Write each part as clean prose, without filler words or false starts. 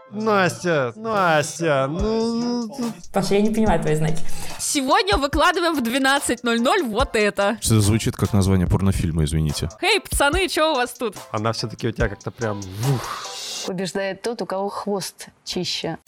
Настя, Паша, я не понимаю твои знаки. Сегодня выкладываем в 12:00 вот это. Что звучит как название порнофильма, извините. Эй, пацаны, что у вас тут? Она все-таки у тебя как-то прям... Побеждает тот, у кого хвост чище.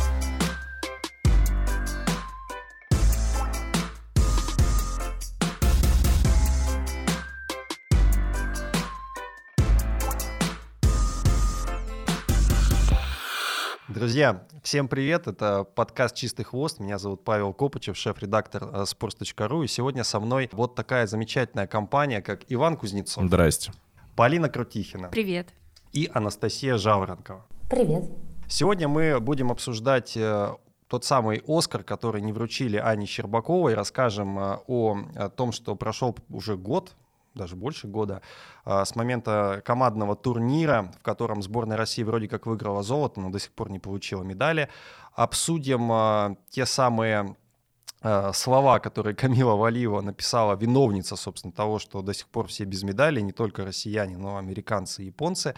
Друзья, всем привет, это подкаст «Чистый хвост», меня зовут Павел Копычев, шеф-редактор sports.ru, и сегодня со мной вот такая замечательная компания, как Иван Кузнецов. Здрасте. Полина Крутихина. Привет. И Анастасия Жаворонкова. Привет. Сегодня мы будем обсуждать тот самый «Оскар», который не вручили Ане Щербаковой, расскажем о том, что прошел уже год, даже больше года, с момента командного турнира, в котором сборная России вроде как выиграла золото, но до сих пор не получила медали. Обсудим те самые слова, которые Камила Валиева написала, виновница, собственно, того, что до сих пор все без медалей, не только россияне, но и американцы и японцы.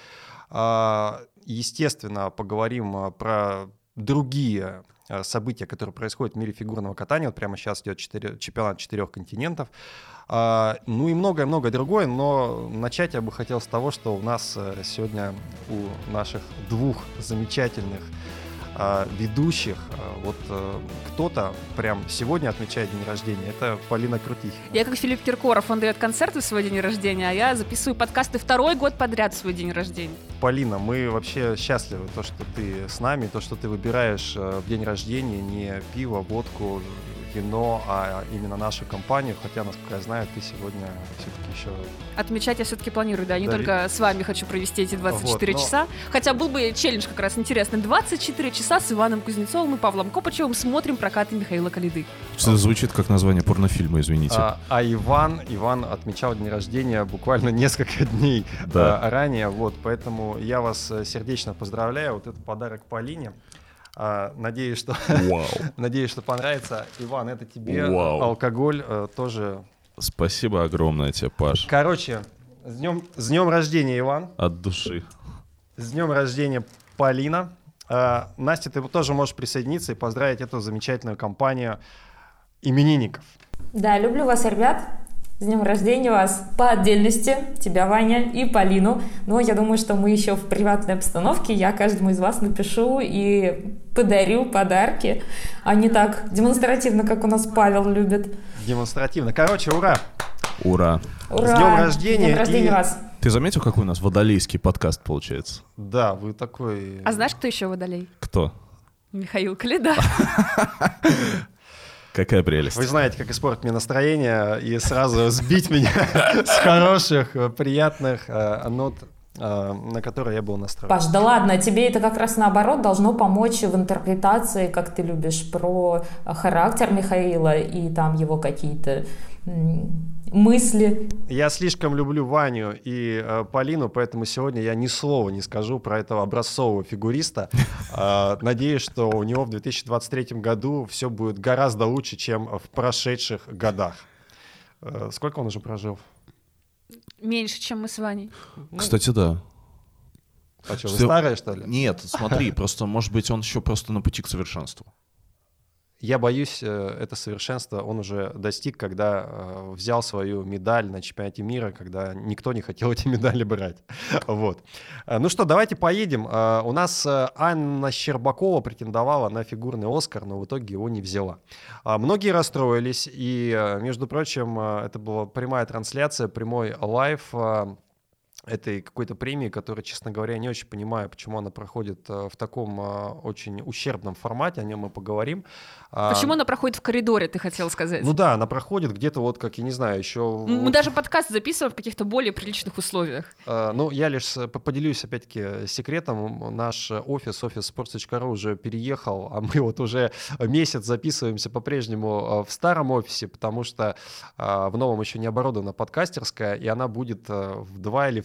Естественно, поговорим про другие события, которые происходят в мире фигурного катания. Вот прямо сейчас идет чемпионат 4 континентов. Ну и многое-многое другое, но начать я бы хотел с того, что у нас сегодня у наших двух замечательных ведущих, вот кто-то прям сегодня отмечает день рождения, это Полина Крутихина. Я как Филипп Киркоров, он дает концерты в свой день рождения, а я записываю подкасты второй год подряд в свой день рождения. Полина, мы вообще счастливы, то, что ты с нами, то, что ты выбираешь в день рождения не пиво, водку, вино, а именно нашу компанию, хотя, насколько я знаю, ты сегодня все-таки еще... Отмечать я все-таки планирую, да, не Да, только с вами хочу провести эти 24 Вот, часа, хотя был бы челлендж как раз интересный. 24 часа с Иваном Кузнецовым и Павлом Копычевым смотрим прокаты Михаила Калиды. Что звучит как название порнофильма, извините. Иван отмечал день рождения буквально несколько дней ранее, вот, поэтому я вас сердечно поздравляю, вот этот подарок Полине. Надеюсь, что понравится. Иван, это тебе. Алкоголь тоже. Спасибо огромное тебе, Паш. Короче, с днем рождения, Иван. От души. С днем рождения, Полина. Настя, ты тоже можешь присоединиться и поздравить эту замечательную компанию именинников. Да, люблю вас, ребят. С днем рождения вас по отдельности, тебя, Ваня, и Полину. Но я думаю, что мы еще в приватной обстановке. Я каждому из вас напишу и подарю подарки, а не так демонстративно, как у нас Павел любит. Демонстративно. Короче, ура! Ура! Ура! С днем рождения! С днем рождения вас! Ты заметил, какой у нас водолейский подкаст получается? Да, вы такой... А знаешь, кто еще водолей? Кто? Михаил Калида. Какая прелесть. Вы знаете, как испортить мне настроение и сразу сбить меня с хороших, приятных нот, на которые я был настроен. Паш, да ладно, тебе это как раз наоборот должно помочь в интерпретации, как ты любишь, про характер Михаила и там его какие-то мысли. Я слишком люблю Ваню и Полину, поэтому сегодня я ни слова не скажу про этого образцового фигуриста. Надеюсь, что у него в 2023 году все будет гораздо лучше, чем в прошедших годах. Сколько он уже прожил? Меньше, чем мы с Ваней. Кстати, да. А что, вы старые, что ли? Нет, смотри, просто, может быть, он еще просто на пути к совершенству. Я боюсь, это совершенство он уже достиг, когда взял свою медаль на чемпионате мира, когда никто не хотел эти медали брать. Вот. Ну что, давайте поедем. У нас Анна Щербакова претендовала на фигурный «Оскар», но в итоге его не взяла. Многие расстроились, и, между прочим, это была прямая трансляция, прямой лайв этой какой-то премии, которая, честно говоря, я не очень понимаю, почему она проходит в таком очень ущербном формате, о нем мы поговорим. Почему она проходит в коридоре, ты хотел сказать? Ну да, она проходит где-то вот, как, я не знаю, еще... Мы даже подкаст записываем в каких-то более приличных условиях. Ну, я лишь поделюсь, опять-таки, секретом. Наш офис sports.ru уже переехал, а мы вот уже месяц записываемся по-прежнему в старом офисе, потому что в новом еще не оборудована подкастерская, и она будет в 2 или в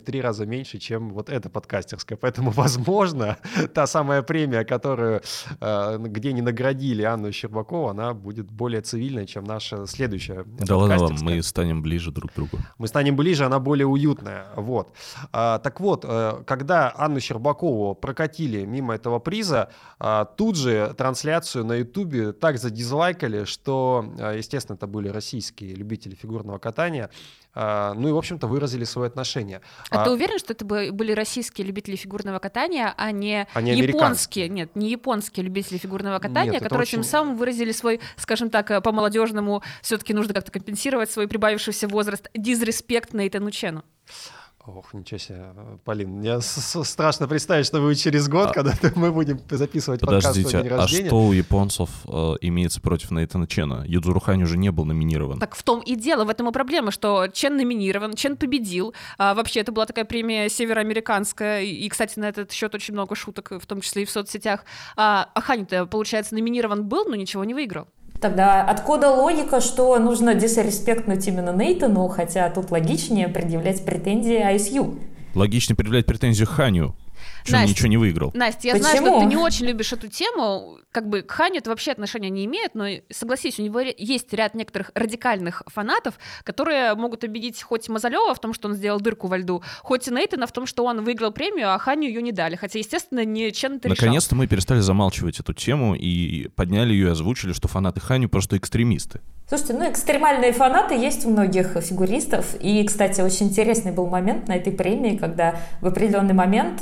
3 раза меньше, чем вот эта подкастерская. Поэтому, возможно, та самая премия, которую, где не наградили Анну Щербакову, она будет более цивильная, чем наша следующая Да ладно, мы станем ближе друг к другу. Мы станем ближе, она более уютная. Вот. Так вот, когда Анну Щербакову прокатили мимо этого приза, тут же трансляцию на Ютубе так задизлайкали, что, естественно, это были российские любители фигурного катания, ну и, в общем-то, выразили свое отношение. А ты уверен, что это были российские любители фигурного катания, а не японские? Нет, не японские любители фигурного катания, Нет, которые очень... тем самым выразили свой, скажем так, по-молодежному, все-таки нужно как-то компенсировать свой прибавившийся возраст, дизреспект Нейтану Чену. Ох, ничего себе, Полин, мне страшно представить, что будет через год, когда мы будем записывать подкаст в день рождения. А что у японцев имеется против Нейтана Чена? Юдзуру Хань уже не был номинирован. Так в том и дело, в этом и проблема, что Чен номинирован, Чен победил. Вообще, это была такая премия североамериканская, и, кстати, на этот счет очень много шуток, в том числе и в соцсетях. А Хань-то, получается, номинирован был, но ничего не выиграл. Тогда откуда логика, что нужно дисреспектнуть именно Нейтану, хотя тут логичнее предъявлять претензии ISU? Логичнее предъявлять претензию Ханю. Что он ничего не выиграл. Настя, я знаю, что ты не очень любишь эту тему. Как бы к Ханю это вообще отношения не имеет, но согласись, у него есть ряд некоторых радикальных фанатов, которые могут убедить хоть Мазалева в том, что он сделал дырку во льду, хоть и Нейтана в том, что он выиграл премию, а Ханю ее не дали. Хотя, естественно, не Чен это решал. Наконец-то мы перестали замалчивать эту тему и подняли ее и озвучили, что фанаты Ханю просто экстремисты. Слушайте, ну экстремальные фанаты есть у многих фигуристов. И, кстати, очень интересный был момент на этой премии, когда в определенный момент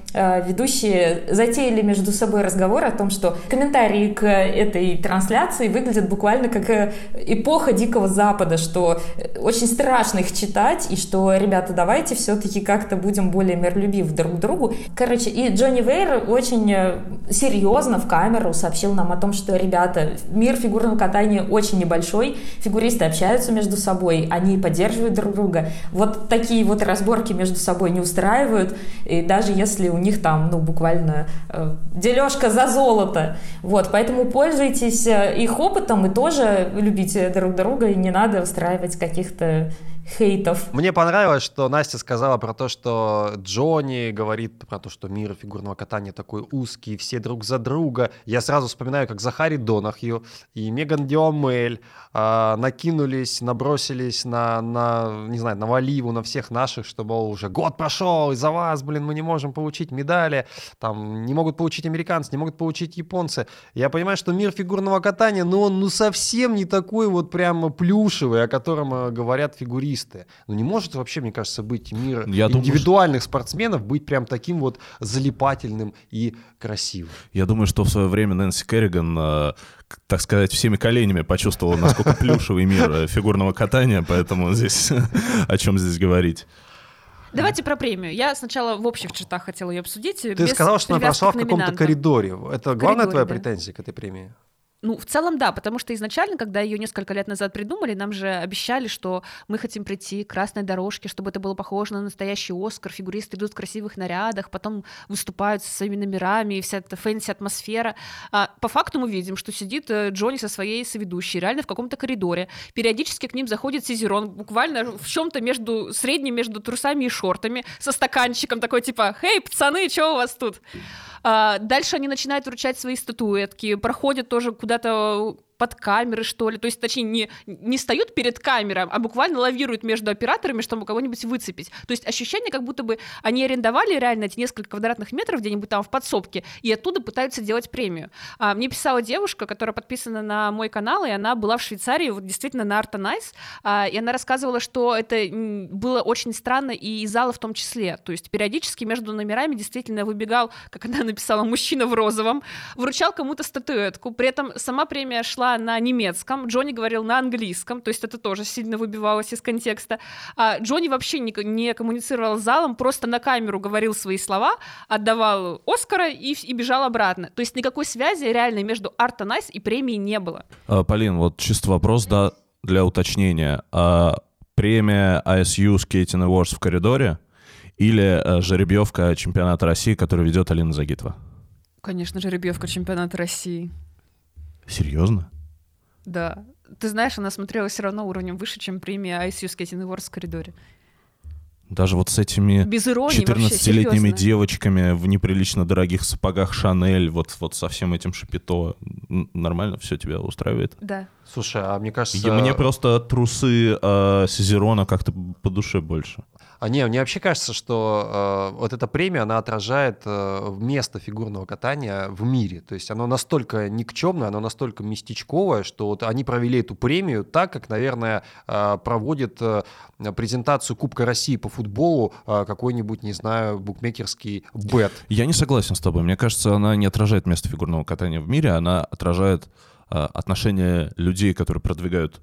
ведущие затеяли между собой разговор о том, что комментарии к этой трансляции выглядят буквально как эпоха Дикого Запада, что очень страшно их читать, и что, ребята, давайте все-таки как-то будем более миролюбивы друг к другу. Короче, и Джонни Вейер очень серьезно в камеру сообщил нам о том, что, ребята, мир фигурного катания очень небольшой, фигуристы общаются между собой, они поддерживают друг друга. Вот такие вот разборки между собой не устраивают, и даже если у них там, ну, буквально дележка за золото. Вот, поэтому пользуйтесь их опытом и тоже любите друг друга, и не надо устраивать каких-то хейтов. Мне понравилось, что Настя сказала про то, что Джонни говорит про то, что мир фигурного катания такой узкий, все друг за друга. Я сразу вспоминаю, как Захари Донахью и Меган Дюамель накинулись, набросились на, не знаю, на Валиву, на всех наших, что, мол, уже год прошел, из-за вас, блин, мы не можем получить медали, там, не могут получить американцы, не могут получить японцы. Я понимаю, что мир фигурного катания, ну, он совсем не такой вот прям плюшевый, о котором говорят фигуристы. Ну, не может вообще, мне кажется, быть мир индивидуальных спортсменов быть прям таким вот залипательным и красивым. Я думаю, что в свое время Нэнси Керриган, так сказать, всеми коленями почувствовала, насколько плюшевый мир фигурного катания, поэтому здесь о чем здесь говорить. Давайте про премию. Я сначала в общих чертах хотела ее обсудить. Ты сказала, что она прошла в каком-то коридоре. Это главная твоя претензия к этой премии? Ну, в целом, да, потому что изначально, когда ее несколько лет назад придумали, нам же обещали, что мы хотим прийти к красной дорожке, чтобы это было похоже на настоящий Оскар, фигуристы идут в красивых нарядах, потом выступают со своими номерами, и вся эта фэнси-атмосфера. По факту мы видим, что сидит Джонни со своей соведущей, реально в каком-то коридоре, периодически к ним заходит Сизерон, буквально в чем-то среднем между трусами и шортами, со стаканчиком, такой типа «Хей, пацаны, что у вас тут?» Дальше они начинают вручать свои статуэтки, проходят тоже куда-то под камеры, что ли, то есть, точнее, не встают перед камерой, а буквально лавируют между операторами, чтобы кого-нибудь выцепить. То есть ощущение, как будто бы они арендовали реально эти несколько квадратных метров где-нибудь там в подсобке, и оттуда пытаются делать премию. Мне писала девушка, которая подписана на мой канал, и она была в Швейцарии, вот действительно на Art on Ice, и она рассказывала, что это было очень странно, и из зала в том числе. То есть периодически между номерами действительно выбегал, как она написала, мужчина в розовом, вручал кому-то статуэтку, при этом сама премия шла на немецком, Джонни говорил на английском, то есть это тоже сильно выбивалось из контекста. Джонни вообще не коммуницировал с залом, просто на камеру говорил свои слова, отдавал Оскара и бежал обратно. То есть никакой связи реальной между Art on Ice и премией не было. Полин, вот чисто вопрос, да, для уточнения. Премия ISU Skating Awards в коридоре или жеребьевка чемпионата России, которую ведет Алина Загитова? Конечно, жеребьевка чемпионата России. Серьезно? Да. Ты знаешь, она смотрелась все равно уровнем выше, чем премия ISU Skating Awards в коридоре. Даже вот с этими Без иронии, вообще, 14-летними серьезно. девочками в неприлично дорогих сапогах Шанель, вот со всем этим шапито, нормально все тебя устраивает? Да. Слушай, а мне кажется... И мне просто трусы Сезерона как-то по душе больше. Мне вообще кажется, что вот эта премия, она отражает место фигурного катания в мире. То есть оно настолько никчемное, оно настолько местечковое, что вот они провели эту премию так, как, наверное, проводит презентацию Кубка России по футболу какой-нибудь, не знаю, букмекерский бет. Я не согласен с тобой. Мне кажется, она не отражает место фигурного катания в мире, она отражает отношение людей, которые продвигают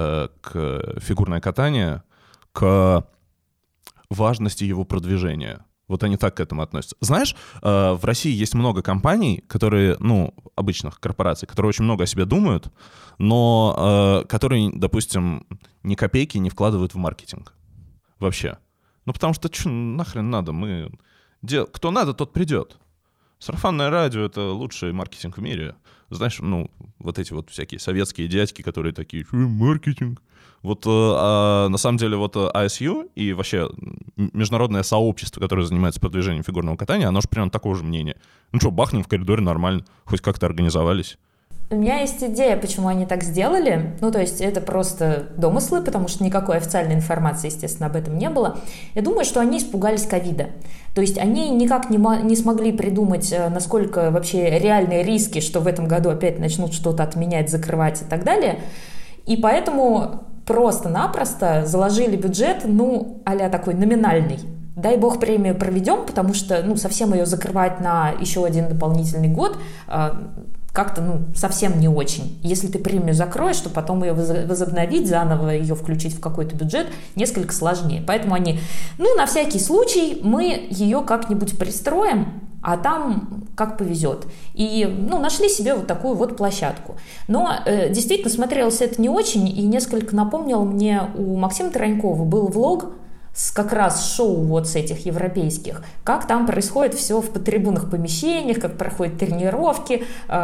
к фигурное катание, к важности его продвижения. Вот они так к этому относятся. Знаешь, в России есть много компаний, которые, обычных корпораций, которые очень много о себе думают, но которые, допустим, ни копейки не вкладывают в маркетинг. Вообще. Потому что нахрен надо? Кто надо, тот придет. Сарафанное радио — это лучший маркетинг в мире. Знаешь, вот эти вот всякие советские дядьки, которые такие: маркетинг. Вот на самом деле вот ISU и вообще международное сообщество, которое занимается продвижением фигурного катания, оно же примерно такого же мнения. Бахнем в коридоре, нормально, хоть как-то организовались. У меня есть идея, почему они так сделали. То есть это просто домыслы, потому что никакой официальной информации, естественно, об этом не было. Я думаю, что они испугались ковида. То есть они никак не смогли придумать, насколько вообще реальные риски, что в этом году опять начнут что-то отменять, закрывать и так далее. И поэтому просто-напросто заложили бюджет, а-ля такой номинальный. Дай бог премию проведем, потому что, совсем ее закрывать на еще один дополнительный год как-то, совсем не очень. Если ты премию закроешь, то потом ее возобновить, заново ее включить в какой-то бюджет несколько сложнее. Поэтому они, на всякий случай мы ее как-нибудь пристроим, а там как повезет. И, нашли себе вот такую вот площадку. Но действительно смотрелось это не очень, и несколько напомнило мне, у Максима Таранькова был влог как раз шоу вот с этих европейских, как там происходит все в трибунных помещениях, как проходят тренировки,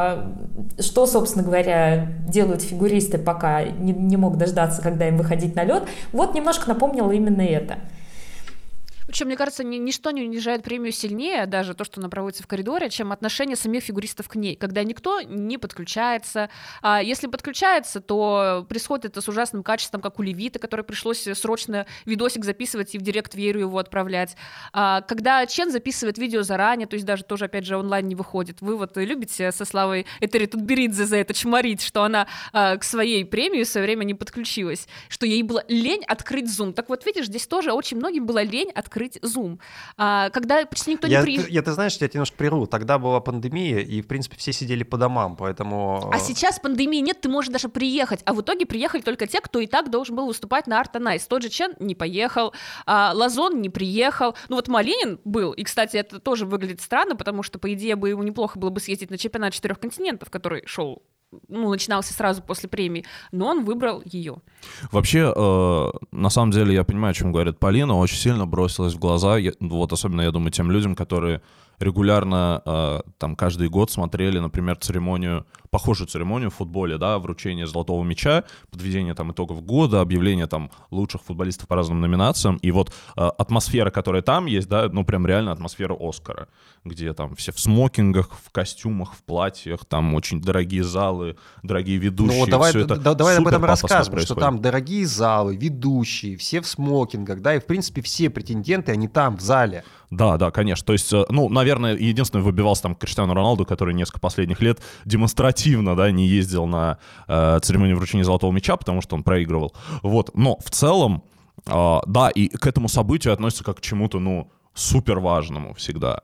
что, собственно говоря, делают фигуристы, пока не могут дождаться, когда им выходить на лед. Вот немножко напомнило именно это. Причем, мне кажется, ничто не унижает премию сильнее, даже то, что она проводится в коридоре, чем отношение самих фигуристов к ней, когда никто не подключается. А если подключается, то происходит это с ужасным качеством, как у Левита, которой пришлось срочно видосик записывать и в директ Верю его отправлять. Когда Чен записывает видео заранее, то есть даже тоже, опять же, онлайн не выходит. Вы вот любите со Славой Этери Тутберидзе за это чморить, что она к своей премии в свое время не подключилась, что ей было лень открыть Zoom. Так вот, видишь, здесь тоже очень многим было лень открыть Zoom. Когда почти никто не приехал. Ты знаешь, я тебя немножко прерву. Тогда была пандемия, и, в принципе, все сидели по домам, поэтому... А сейчас пандемии нет, ты можешь даже приехать. А в итоге приехали только те, кто и так должен был выступать на Art on Ice. Тот же Чен не поехал, Лазон не приехал. Вот Малинин был, и, кстати, это тоже выглядит странно, потому что, по идее, бы ему неплохо было бы съездить на чемпионат 4 континентов, который шел, начинался сразу после премии, но он выбрал ее. Вообще, на самом деле, я понимаю, о чем говорит Полина, очень сильно бросилась в глаза, особенно, я думаю, тем людям, которые регулярно там каждый год смотрели, например, похожую церемонию в футболе, да, вручение золотого мяча, подведение там итогов года, объявление там лучших футболистов по разным номинациям, и вот атмосфера, которая там есть, да, прям реально атмосфера Оскара, где там все в смокингах, в костюмах, в платьях, там очень дорогие залы, дорогие ведущие, давай об этом пафосно рассказывай, происходит. что там дорогие залы, ведущие, все в смокингах, да, и, в принципе, все претенденты, они там, в зале. Да, конечно. То есть, наверное, единственный выбивался там Криштиану Роналду, который несколько последних лет демонстративно, да, не ездил на церемонию вручения золотого мяча, потому что он проигрывал. Вот. Но в целом, да, и к этому событию относится как к чему-то, супер важному всегда.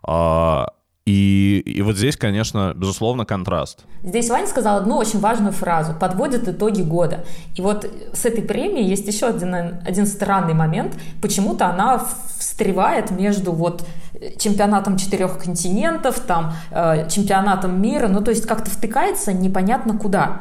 И вот здесь, конечно, безусловно, контраст. Здесь Ваня сказал одну очень важную фразу: подводят итоги года. И вот с этой премией есть еще один странный момент. Почему-то она встревает между вот чемпионатом 4 континентов, там, чемпионатом мира, то есть как-то втыкается непонятно куда.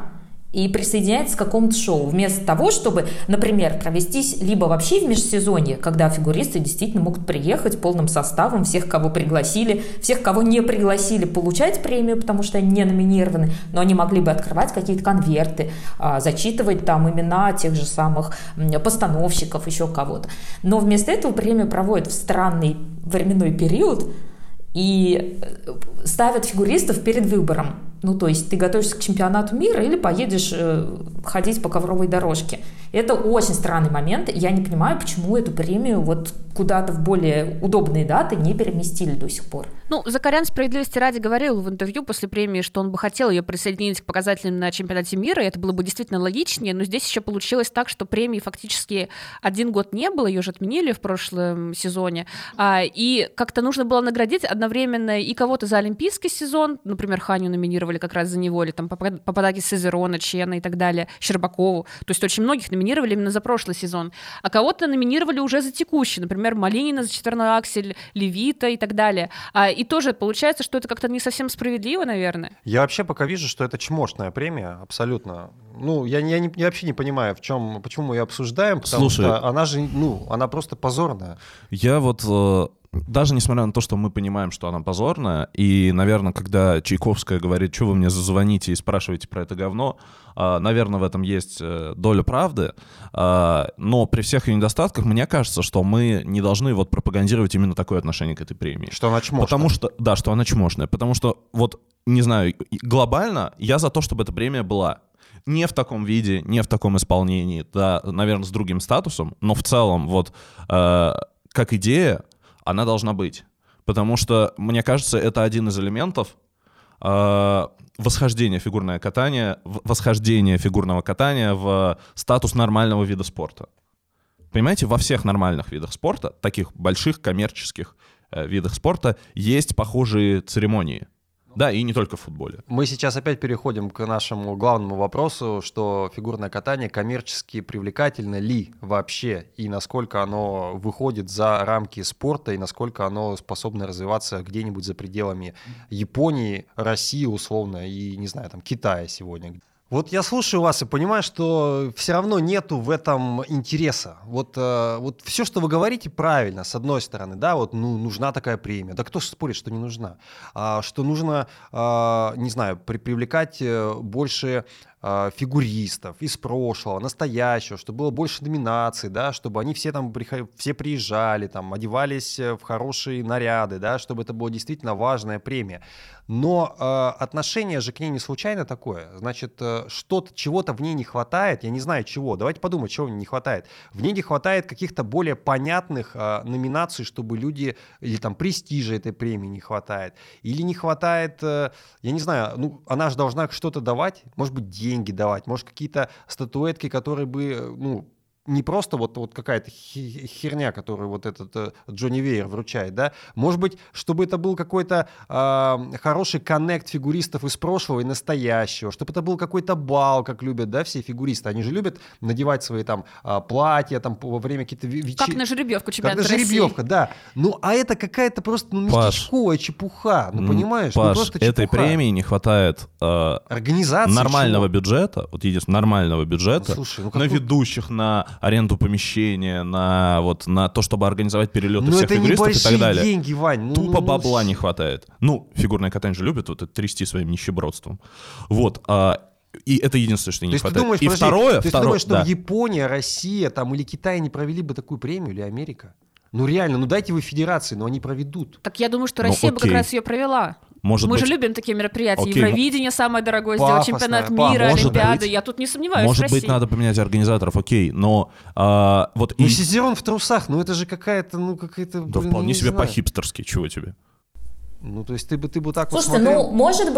и присоединяется к какому-то шоу, вместо того, чтобы, например, провестись либо вообще в межсезонье, когда фигуристы действительно могут приехать полным составом, всех, кого пригласили, всех, кого не пригласили, получать премию, потому что они не номинированы, но они могли бы открывать какие-то конверты, зачитывать там имена тех же самых постановщиков, еще кого-то. Но вместо этого премию проводят в странный временной период и ставят фигуристов перед выбором. Ну, то есть ты готовишься к чемпионату мира или поедешь ходить по ковровой дорожке. Это очень странный момент. Я не понимаю, почему эту премию вот куда-то в более удобные даты не переместили до сих пор. Ну, Закарян справедливости ради говорил в интервью после премии, что он бы хотел ее присоединить к показателям на чемпионате мира, и это было бы действительно логичнее, но здесь еще получилось так, что премии фактически 1 год не было, ее же отменили в прошлом сезоне, и как-то нужно было наградить одновременно и кого-то за олимпийский сезон, например, Ханю номинировали как раз за него, или там Пападаки Сезерона, Чена и так далее, Щербакову, то есть очень многих номинировали именно за прошлый сезон, а кого-то номинировали уже за текущий, например, Малинина за четверной аксель, Левита и так далее. И тоже получается, что это как-то не совсем справедливо, наверное. Я вообще пока вижу, что это чмошная премия, абсолютно. Ну, я вообще не понимаю, почему мы ее обсуждаем, потому что она же, она просто позорная. Я вот... Даже несмотря на то, что мы понимаем, что она позорная, и, наверное, когда Чайковская говорит, что вы мне зазвоните и спрашиваете про это говно, наверное, в этом есть доля правды, но при всех ее недостатках мне кажется, что мы не должны вот пропагандировать именно такое отношение к этой премии. Что она чмошная. Потому что, да, что она чмошная, потому что, вот, не знаю, глобально я за то, чтобы эта премия была. Не в таком виде, не в таком исполнении, да, наверное, с другим статусом, но в целом, вот, как идея, она должна быть. Потому что, мне кажется, это один из элементов восхождения фигурного катания в статус нормального вида спорта. Понимаете, во всех нормальных видах спорта, таких больших коммерческих видах спорта, есть похожие церемонии. Да, и не только в футболе. Мы сейчас опять переходим к нашему главному вопросу, что фигурное катание коммерчески привлекательно ли вообще, и насколько оно выходит за рамки спорта, и насколько оно способно развиваться где-нибудь за пределами Японии, России условно, и, не знаю, там, Китая сегодня. Вот я слушаю вас и понимаю, что все равно нету в этом интереса. Вот все, что вы говорите, правильно, с одной стороны, да, вот нужна такая премия. Да кто же спорит, что не нужна? Что нужно, не знаю, привлекать больше фигуристов из прошлого, настоящего, чтобы было больше номинаций, да, чтобы они все там все приезжали, там, одевались в хорошие наряды, да, чтобы это была действительно важная премия. Но отношение же к ней не случайно такое. Значит, чего-то в ней не хватает, я не знаю чего. Давайте подумаем, чего не хватает. В ней не хватает каких-то более понятных номинаций, чтобы люди, или там престижа этой премии не хватает, или не хватает, я не знаю, она же должна что-то давать, может быть, деньги давать, может, какие-то статуэтки, которые бы, не просто вот какая-то херня, которую вот этот Джонни Вейер вручает, да, может быть, чтобы это был какой-то хороший коннект фигуристов из прошлого и настоящего, чтобы это был какой-то бал, как любят, да, все фигуристы, они же любят надевать свои там платья там во время каких-то вечер... Как на жеребьевку чемпионата России. Как на жеребьевка, да. А это какая-то просто местечковая чепуха, понимаешь? Паш, просто чепуха. Этой премии не хватает организации нормального бюджета, вот единственное, нормального бюджета, на ведущих, на аренду помещения, на то, чтобы организовать перелеты всех фигуристов и так далее. Деньги, Вань. Тупо бабла не хватает. Фигурное катание же любят вот это трясти своим нищебродством. Вот. И это единственное, что не хватает. Ты думаешь, что Япония, Россия там, или Китай не провели бы такую премию, или Америка? Реально, дайте вы федерации, но они проведут. Так я думаю, что Россия бы как раз ее провела. Мы же любим такие мероприятия. Евровидение самое дорогое сделать, чемпионат мира, Олимпиады. Я тут не сомневаюсь. Может быть, надо поменять организаторов, окей, но вот... Сезон в трусах, это же какая-то, Да вполне себе по-хипстерски, чего тебе? То есть ты бы так вот смотрел... Слушайте,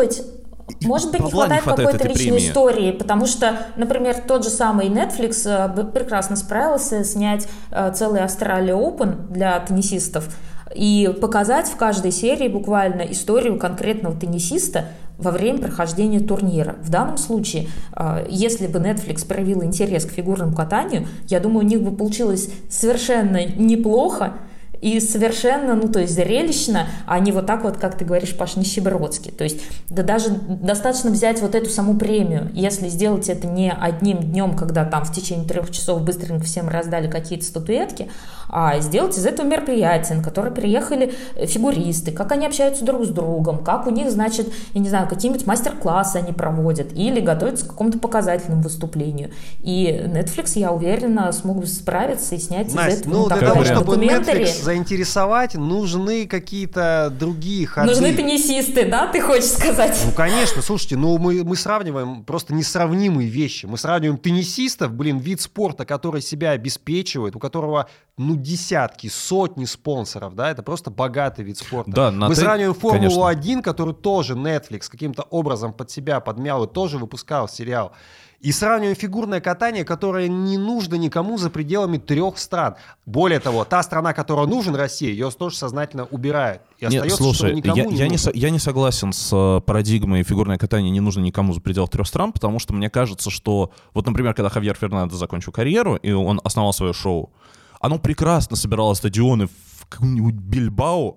может быть, не хватает какой-то личной истории, потому что, например, тот же самый Netflix прекрасно справился снять целый Australia Open для теннисистов и показать в каждой серии буквально историю конкретного теннисиста во время прохождения турнира. В данном случае, если бы Netflix проявил интерес к фигурному катанию, я думаю, у них бы получилось совершенно неплохо. и совершенно, то есть зрелищно, а не вот так вот, как ты говоришь, Паш, нищебродски. То есть да даже достаточно взять вот эту саму премию, если сделать это не одним днем, когда там в течение 3 часов быстренько всем раздали какие-то статуэтки, а сделать из этого мероприятие, на которое приехали фигуристы, как они общаются друг с другом, как у них, значит, я не знаю, какие-нибудь мастер-классы они проводят или готовятся к какому-то показательному выступлению. И Netflix, я уверена, смогут справиться и снять Настя, из этого для того, чтобы документари. Netflix заинтересовать, нужны какие-то другие ходы. Нужны теннисисты, да, ты хочешь сказать? Конечно, слушайте, мы сравниваем просто несравнимые вещи. Мы сравниваем теннисистов, вид спорта, который себя обеспечивает, у которого, десятки, сотни спонсоров, да, это просто богатый вид спорта. Да, мы сравниваем Формулу-1, который тоже Netflix каким-то образом под себя подмял и тоже выпускал сериал. И сравниваем фигурное катание, которое не нужно никому за пределами 3 стран. Более того, та страна, которая нужен России, ее тоже сознательно убирает. И остается, слушай, что никому не нужно. Я не согласен с парадигмой фигурное катание не нужно никому за пределы 3 стран, потому что мне кажется, что, вот, например, когда Хавьер Фернандес закончил карьеру, и он основал свое шоу, оно прекрасно собирало стадионы в каком-нибудь Бильбао,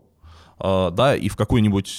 да, и в какой-нибудь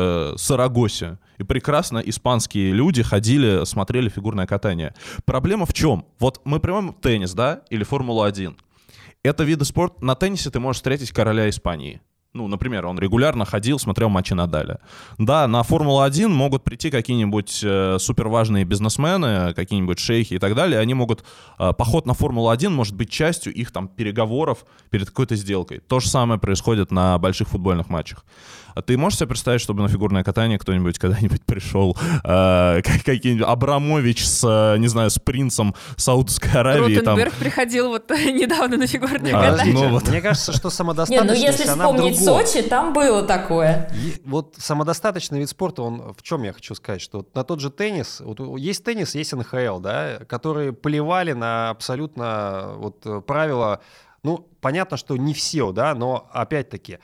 Сарагосе. И прекрасно испанские люди ходили, смотрели фигурное катание. Проблема в чем? Вот мы примем теннис, да, или Формулу-1. Это виды спорта. На теннисе ты можешь встретить короля Испании. Например, он регулярно ходил, смотрел матчи Надаля. Да, на Формулу-1 могут прийти какие-нибудь суперважные бизнесмены, какие-нибудь шейхи и так далее. Они могут... Поход на Формулу-1 может быть частью их там переговоров перед какой-то сделкой. То же самое происходит на больших футбольных матчах. А ты можешь себе представить, чтобы на фигурное катание кто-нибудь когда-нибудь пришел, какой-нибудь Абрамович с, не знаю, с принцем Саудовской Аравии? Ротенберг приходил вот недавно на фигурное катание. Мне кажется, что самодостаточность, если она в другом. вспомнить Сочи, там было такое. Вот самодостаточный вид спорта, в чем я хочу сказать, что на тот же теннис, есть теннис, есть НХЛ, да, которые плевали на абсолютно правила. Понятно, что не все, да, но опять-таки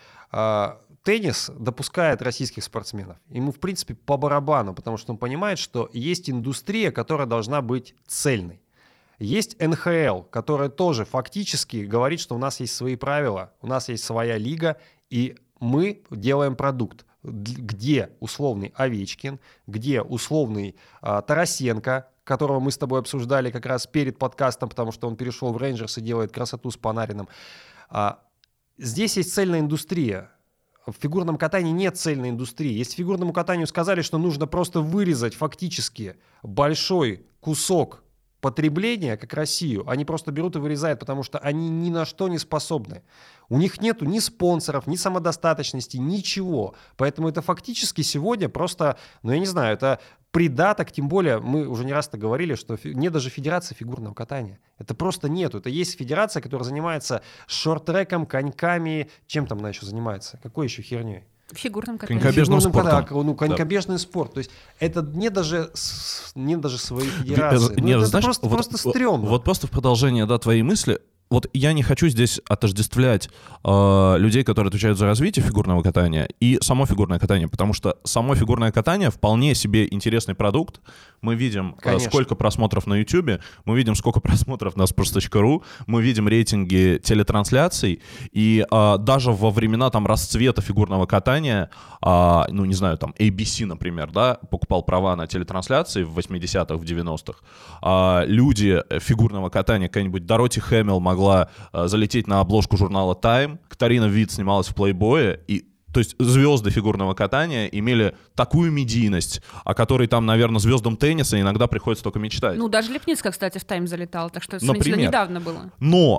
теннис допускает российских спортсменов. Ему, в принципе, по барабану, потому что он понимает, что есть индустрия, которая должна быть цельной. Есть НХЛ, которая тоже фактически говорит, что у нас есть свои правила, у нас есть своя лига, и мы делаем продукт, где условный Овечкин, где условный Тарасенко, которого мы с тобой обсуждали как раз перед подкастом, потому что он перешел в Рейнджерс и делает красоту с Панариным. Здесь есть цельная индустрия. В фигурном катании нет цельной индустрии. Если фигурному катанию сказали, что нужно просто вырезать фактически большой кусок потребления, как Россию, они просто берут и вырезают, потому что они ни на что не способны. У них нету ни спонсоров, ни самодостаточности, ничего. Поэтому это фактически сегодня просто, я не знаю, это придаток, тем более, мы уже не раз-то говорили, что нет даже федерации фигурного катания. Это просто нету. Это есть федерация, которая занимается шорт-треком, коньками, чем там она еще занимается? Какой еще херней? Фигурным катанием. Конькобежным спортом. Конькобежный спорт. То есть это не даже своей федерации. Нет, это знаешь, просто стрёмно. Вот просто в продолжение твоей мысли. Вот я не хочу здесь отождествлять людей, которые отвечают за развитие фигурного катания, и само фигурное катание, потому что само фигурное катание вполне себе интересный продукт. Мы видим, сколько просмотров на YouTube, мы видим, сколько просмотров на sports.ru, мы видим рейтинги телетрансляций, и даже во времена там расцвета фигурного катания, не знаю, там ABC, например, да, покупал права на телетрансляции в 80-х, в 90-х, люди фигурного катания, какая-нибудь Дороти Хэмилл могла залететь на обложку журнала Time, Катарина Вит снималась в Playboy, и то есть звезды фигурного катания имели такую медийность, о которой там, наверное, звездам тенниса иногда приходится только мечтать. Даже Лепницкая, кстати, в Time залетала, так что это сравнительно недавно было.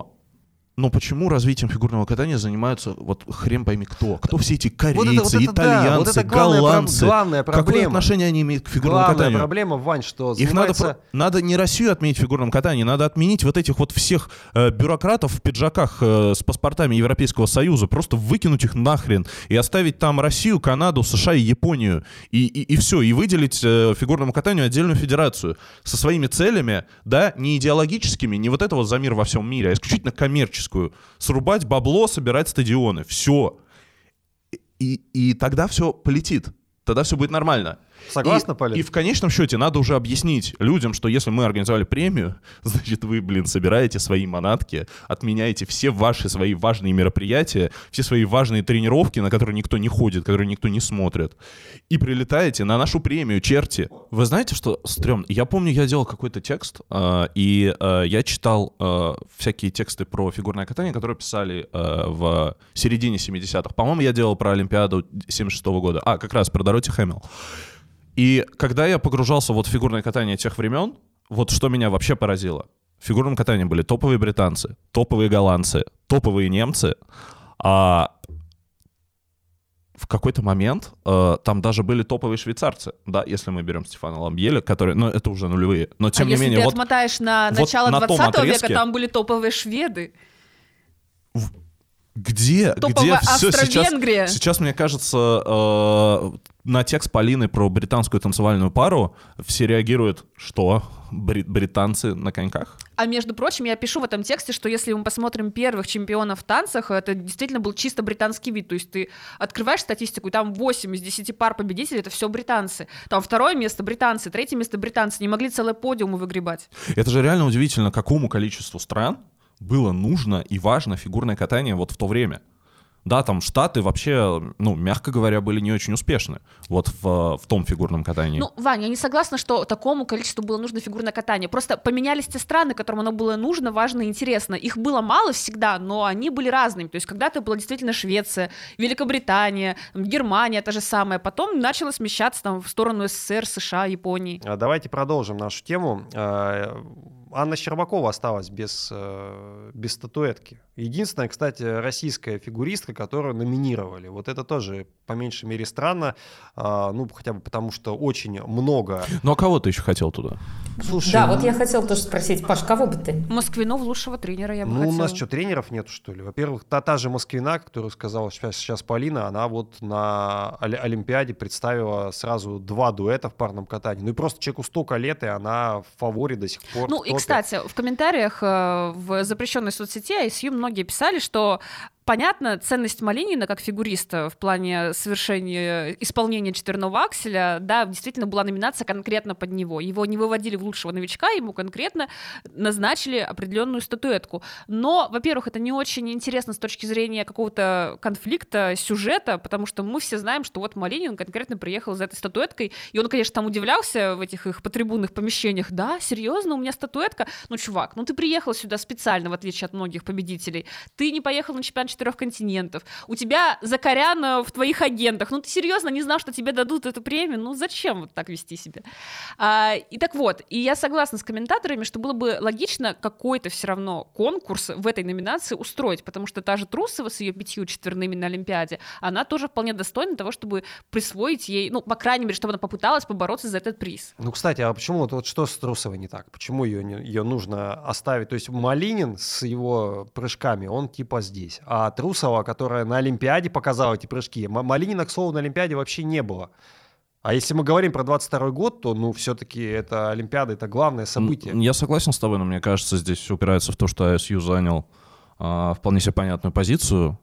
Но почему развитием фигурного катания занимаются хрен пойми кто? Кто все эти корейцы, итальянцы, голландцы? Главная проблема. Какое отношение они имеют к фигурному катанию? Главная проблема, Вань, что их надо не Россию отменить в фигурном катании, надо отменить вот этих всех бюрократов в пиджаках с паспортами Европейского Союза, просто выкинуть их нахрен и оставить там Россию, Канаду, США и Японию. И все, и выделить фигурному катанию отдельную федерацию со своими целями, да, не идеологическими, не вот этого за мир во всем мире, а исключительно коммерческую. Срубать бабло, собирать стадионы. Все. И тогда все полетит. Тогда все будет нормально. Согласна, Полина? И в конечном счете надо уже объяснить людям, что если мы организовали премию, значит, вы, собираете свои манатки, отменяете все ваши свои важные мероприятия, все свои важные тренировки, на которые никто не ходит, которые никто не смотрит, и прилетаете на нашу премию, черти. Вы знаете, что стрёмно? Я помню, я делал какой-то текст, и я читал всякие тексты про фигурное катание, которые писали в середине 70-х. По-моему, я делал про Олимпиаду 76-го года. Как раз про Дороти Хэмилл. И когда я погружался вот в фигурное катание тех времен, вот что меня вообще поразило. В фигурном катании были топовые британцы, топовые голландцы, топовые немцы. А в какой-то момент там даже были топовые швейцарцы, да, если мы берем Стефана Ламбьеля, которые, ну, это уже нулевые, но тем не менее... если ты отмотаешь на начало 20 века, там были топовые шведы. Где все Австро-Венгрия. Сейчас, мне кажется, на текст Полины про британскую танцевальную пару все реагируют, что британцы на коньках? А между прочим, я пишу в этом тексте, что если мы посмотрим первых чемпионов в танцах, это действительно был чисто британский вид. То есть ты открываешь статистику, и там 8 из 10 пар победителей — это все британцы. Там второе место британцы, третье место британцы. Не могли целые подиумы выгребать. Это же реально удивительно, какому количеству стран было нужно и важно фигурное катание вот в то время. Да, там Штаты вообще, ну, мягко говоря, были не очень успешны вот в том фигурном катании. Ну, Ваня, я не согласна, что такому количеству было нужно фигурное катание. Просто поменялись те страны, которым оно было нужно, важно и интересно. Их было мало всегда, но они были разными. То есть когда-то была действительно Швеция, Великобритания, Германия, та же самая. Потом начало смещаться там в сторону СССР, США, Японии. Давайте продолжим нашу тему. Анна Щербакова осталась без статуэтки. Единственная, кстати, российская фигуристка, которую номинировали. Вот это тоже, по меньшей мере, странно. Ну, хотя бы потому, что очень много... Ну, а кого ты еще хотел туда? Слушай, да, вот я хотел тоже спросить, Паш, кого бы ты? Москвинов, лучшего тренера я бы хотела. Ну, у нас что, тренеров нету, что ли? Во-первых, та же Москвина, которую сказала сейчас Полина, она вот на Олимпиаде представила сразу 2 дуэта в парном катании. Ну и просто человеку столько лет, и она в фаворе до сих пор. Ну и, кстати, в комментариях в запрещенной соцсети ISU многие писали, что понятно, ценность Малинина как фигуриста в плане совершения исполнения четверного акселя, да, действительно была номинация конкретно под него. Его не выводили в лучшего новичка, ему конкретно назначили определенную статуэтку. Но, во-первых, это не очень интересно с точки зрения какого-то конфликта, сюжета, потому что мы все знаем, что вот Малинин конкретно приехал за этой статуэткой, и он, конечно, там удивлялся в этих их потрибунных помещениях. Да, серьезно, у меня статуэтка? Ну, чувак, ну ты приехал сюда специально, в отличие от многих победителей. Ты не поехал на чемпионат 4 континентов. У тебя Закарян в твоих агентах. Ну ты серьезно не знал, что тебе дадут эту премию? Ну зачем вот так вести себя? И так вот, и я согласна с комментаторами, что было бы логично какой-то все равно конкурс в этой номинации устроить, потому что та же Трусова с ее 5 четверными на Олимпиаде, она тоже вполне достойна того, чтобы присвоить ей, ну, по крайней мере, чтобы она попыталась побороться за этот приз. Ну, кстати, а почему вот что с Трусовой не так? Почему ее нужно оставить? То есть Малинин с его прыжками, он типа здесь, а Трусова, которая на Олимпиаде показала эти прыжки, Малинина, к слову, на Олимпиаде вообще не было. А если мы говорим про 22 год, то, ну, все-таки это Олимпиада, это главное событие. Я согласен с тобой, но мне кажется, здесь упирается в то, что ISU занял вполне себе понятную позицию.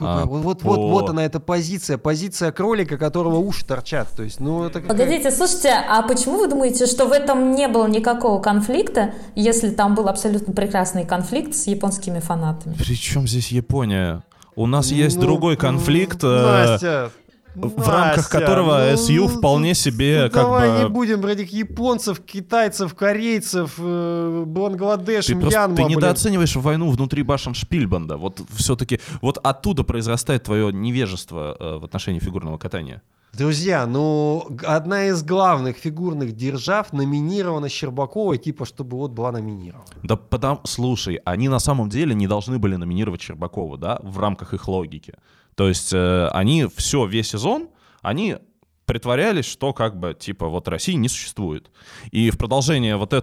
Вот она, эта позиция кролика, которого уши торчат. То есть, ну, это Погодите, слушайте, а почему вы думаете, что в этом не было никакого конфликта, если там был абсолютно прекрасный конфликт с японскими фанатами? Причем здесь Япония? У нас есть другой конфликт, Настя, в рамках которого ISU вполне себе давай не будем про этих японцев, китайцев, корейцев, Бангладеш, Мьянма. Ты недооцениваешь войну внутри башен Шпильбанда. Вот все-таки вот оттуда произрастает твое невежество в отношении фигурного катания. Друзья, ну, одна из главных фигурных держав номинирована Щербаковой, типа, чтобы вот была номинирована. Да слушай, они на самом деле не должны были номинировать Щербакову, да, в рамках их логики. То есть они весь сезон, они притворялись, что как бы, типа, вот России не существует. И в продолжение вот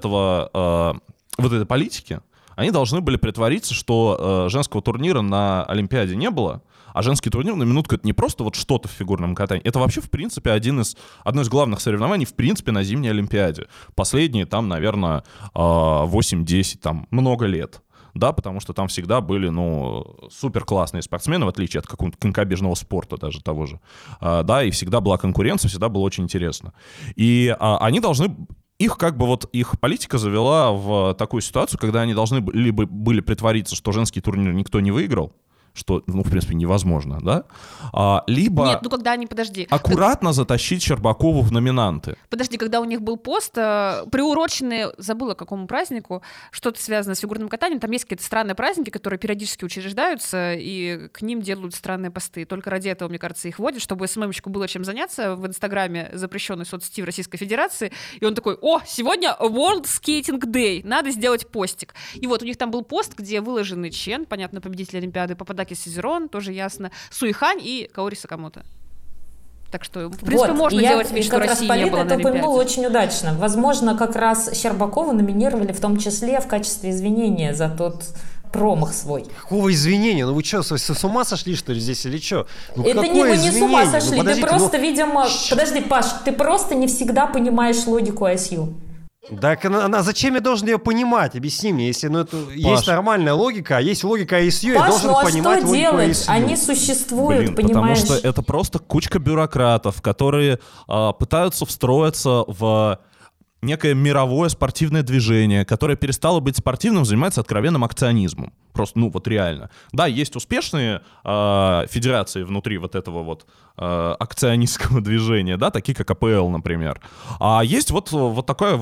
этой политики они должны были притвориться, что женского турнира на Олимпиаде не было, а женский турнир, на минутку, это не просто вот что-то в фигурном катании, это вообще, в принципе, одно из главных соревнований, в принципе, на зимней Олимпиаде. Последние, там, наверное, 8-10, там, много лет. да, потому что там всегда были, супер классные спортсмены, в отличие от какого-нибудь конькобежного спорта даже того же, да, и всегда была конкуренция, всегда было очень интересно. И они должны... Их политика завела в такую ситуацию, когда они должны были притвориться, что женский турнир никто не выиграл, что, в принципе, невозможно, да? Либо Нет, когда они, подожди. Аккуратно затащить Щербакову в номинанты. Подожди, когда у них был пост, приуроченный, забыла к какому празднику, что-то связанное с фигурным катанием, там есть какие-то странные праздники, которые периодически учреждаются, и к ним делают странные посты. Только ради этого, мне кажется, их вводят, чтобы СММщику было чем заняться в Инстаграме, запрещенной соцсети в Российской Федерации, и он такой: сегодня World Skating Day, надо сделать постик. И вот у них там был пост, где выложены Чен, понятно, победитель Олимпиады, Пападаки Сизерон, тоже ясно, Суихань и Каори Сакамото. Так что, в принципе, можно делать вид, что России не было на Олимпиаде. Это упомянула очень удачно. Возможно, как раз Щербакову номинировали в том числе в качестве извинения за тот промах свой. Какого извинения? Вы что, с ума сошли, что ли, здесь или что? Это не мы не с ума сошли. Ты просто, видимо... Подожди, Паш, ты просто не всегда понимаешь логику ISU. Так зачем я должен ее понимать? Объясни мне, если есть нормальная логика, а есть логика ISU, я должен понимать логику ISU. Паш, они существуют, понимаешь? Потому что это просто кучка бюрократов, которые пытаются встроиться в некое мировое спортивное движение, которое перестало быть спортивным, занимается откровенным акционизмом. Просто, реально. Да, есть успешные федерации внутри вот этого акционистского движения, да, такие как АПЛ, например. А есть вот такое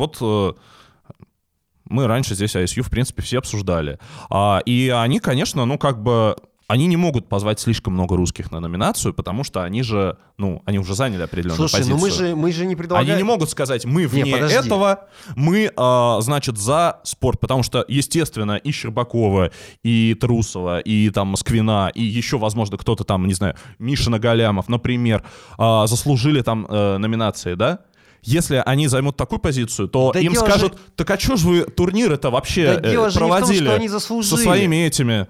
мы раньше здесь ISU, в принципе, все обсуждали. И они, конечно, они не могут позвать слишком много русских на номинацию, потому что они же, они уже заняли определенную позицию. Слушай, мы же не предлагаем... Они не могут сказать: мы вне этого, мы, за спорт, потому что, естественно, и Щербакова, и Трусова, и там Москвина, и еще, возможно, кто-то там, не знаю, Миша Нагалямов, например, заслужили там номинации, да? Если они займут такую позицию, то им скажут: так а что же вы турнир-то вообще проводили со своими этими...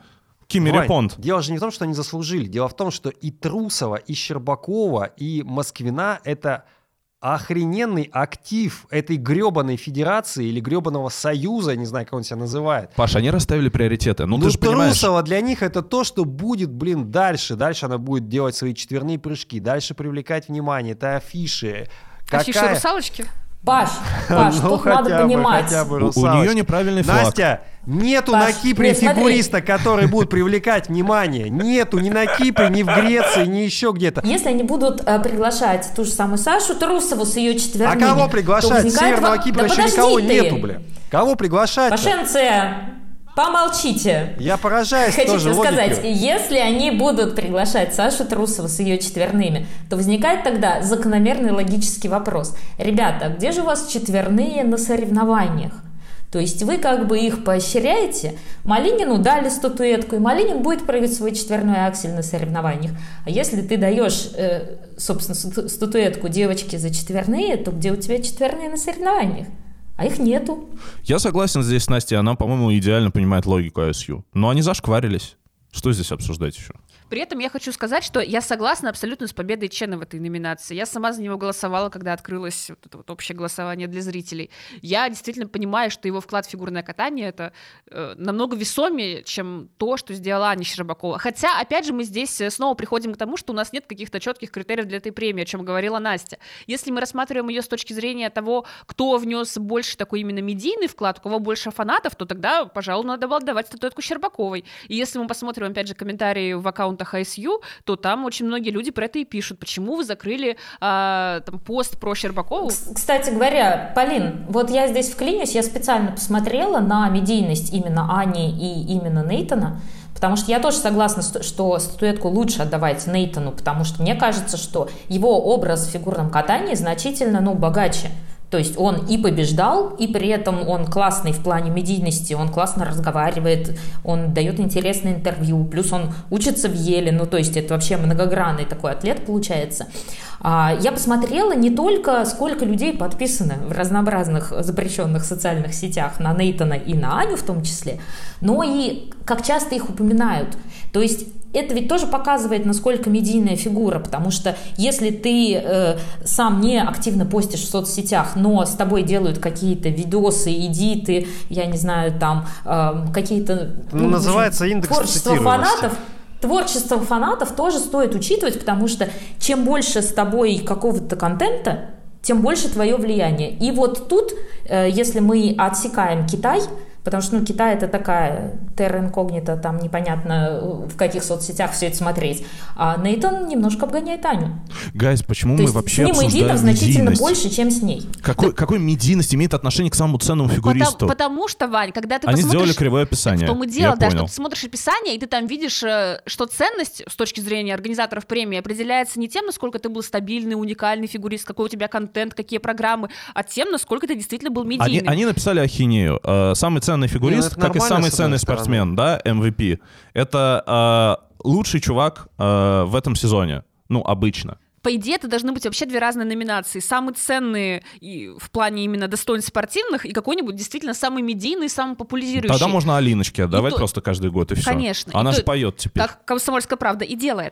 Вань, дело же не в том, что они заслужили. Дело в том, что и Трусова, и Щербакова, и Москвина — это охрененный актив этой гребаной федерации или гребаного союза, не знаю, как он себя называет. Паш, они расставили приоритеты. Ты же понимаешь... Трусова для них это то, что будет, дальше. Дальше она будет делать свои четверные прыжки, дальше привлекать внимание, это афиши. Афиши русалочки? Паш, тут надо понимать. У нее неправильный флаг. Настя, нету на Кипре фигуриста, который будет привлекать внимание. Нету ни на Кипре, ни в Греции, ни еще где-то. Если они будут приглашать ту же самую Сашу Трусову с ее четверными... А кого приглашать? Северного Кипра еще никого нету, бля. Кого приглашать-то? Пашенце, помолчите. Я поражаюсь тоже логикой. Хотите сказать, логикой. если они будут приглашать Сашу Трусову с ее четверными, то возникает тогда закономерный логический вопрос. Ребята, где же у вас четверные на соревнованиях? То есть вы их поощряете, Малинину дали статуэтку, и Малинин будет прыгать свой четверной аксель на соревнованиях. А если ты даешь, собственно, статуэтку девочке за четверные, то где у тебя четверные на соревнованиях? А их нету. Я согласен здесь с Настей, она, по-моему, идеально понимает логику ISU. Но они зашкварились. Что здесь обсуждать еще? При этом я хочу сказать, что я согласна абсолютно с победой Чена в этой номинации. Я сама за него голосовала, когда открылось это общее голосование для зрителей. Я действительно понимаю, что его вклад в фигурное катание — это намного весомее, чем то, что сделала Аня Щербакова. Хотя, опять же, мы здесь снова приходим к тому, что у нас нет каких-то четких критериев для этой премии, о чем говорила Настя. Если мы рассматриваем ее с точки зрения того, кто внес больше такой именно медийный вклад, у кого больше фанатов, то тогда, пожалуй, надо было давать статуэтку Щербаковой. И если мы посмотрим, опять же, комментарии в аккаунтах ISU, то там очень многие люди про это и пишут. Почему вы закрыли пост про Щербакову? Кстати говоря, Полин, вот я здесь вклинюсь, я специально посмотрела на медийность именно Ани и именно Нейтана, потому что я тоже согласна, что статуэтку лучше отдавать Нейтану, потому что мне кажется, что его образ в фигурном катании значительно, богаче. То есть он и побеждал, и при этом он классный в плане медийности, он классно разговаривает, он дает интересное интервью, плюс он учится в Еле, то есть это вообще многогранный такой атлет получается. Я посмотрела не только, сколько людей подписаны в разнообразных запрещенных социальных сетях на Нейтана и на Аню в том числе, но и как часто их упоминают. То есть это ведь тоже показывает, насколько медийная фигура, потому что если ты сам не активно постишь в соцсетях, но с тобой делают какие-то видосы, эдиты, я не знаю, там какие-то... называется индекс цитируемости. Творчество фанатов тоже стоит учитывать, потому что чем больше с тобой какого-то контента, тем больше твое влияние. И вот тут, если мы отсекаем Китай, потому что Китай — это такая терра инкогнита, там непонятно в каких соцсетях все это смотреть. А Нейтан немножко обгоняет Аню. Гайз, почему мы вообще обсуждаем медийность? С ним значительно больше, чем с ней. Какой медийность имеет отношение к самому ценному фигуристу? Потому что, Вань, когда ты Они посмотришь... сделали кривое описание. В том и дело, да, что ты смотришь описание, и ты там видишь, что ценность с точки зрения организаторов премии определяется не тем, насколько ты был стабильный, уникальный фигурист, какой у тебя контент, какие программы, а тем, насколько ты действительно был медийным. Они написали ахинею. Самый ценный фигурист, как и самый ценный спортсмен, да, MVP, это лучший чувак в этом сезоне, обычно. По идее, это должны быть вообще две разные номинации. Самые ценные и в плане именно достоинств спортивных и какой-нибудь действительно самый медийный, самый популяризирующий. Тогда можно Алиночке отдавать просто каждый год, и все. Конечно. Она же поет теперь. Как «Комсомольская правда» и делает.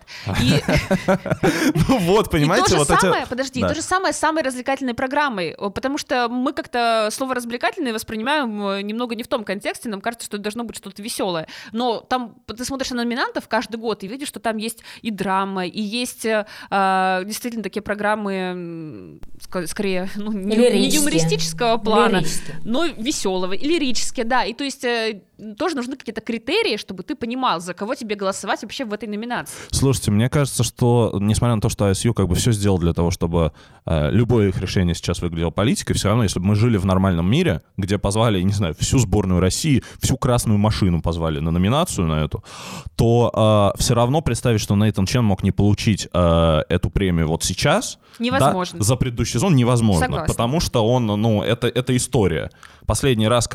Ну вот, понимаете, вот эти... Подожди, то же самое с самой развлекательной программой, потому что мы как-то слово «развлекательное» воспринимаем немного не в том контексте, нам кажется, что это должно быть что-то веселое. Но там ты смотришь на номинантов каждый год и видишь, что там есть и драма, и есть... действительно такие программы, скорее, не юмористического плана, но веселого, и лирические, да. И то есть тоже нужны какие-то критерии, чтобы ты понимал, за кого тебе голосовать вообще в этой номинации. Слушайте, мне кажется, что, несмотря на то, что ISU как бы все сделал для того, чтобы любое их решение сейчас выглядело политикой, все равно, если бы мы жили в нормальном мире, где позвали, не знаю, всю сборную России, всю красную машину позвали на номинацию на эту, то все равно представить, что Нейтан Чен мог не получить эту премию вот сейчас, невозможно. Да, за предыдущий сезон невозможно. Согласна. Потому что он, это история. Последний раз,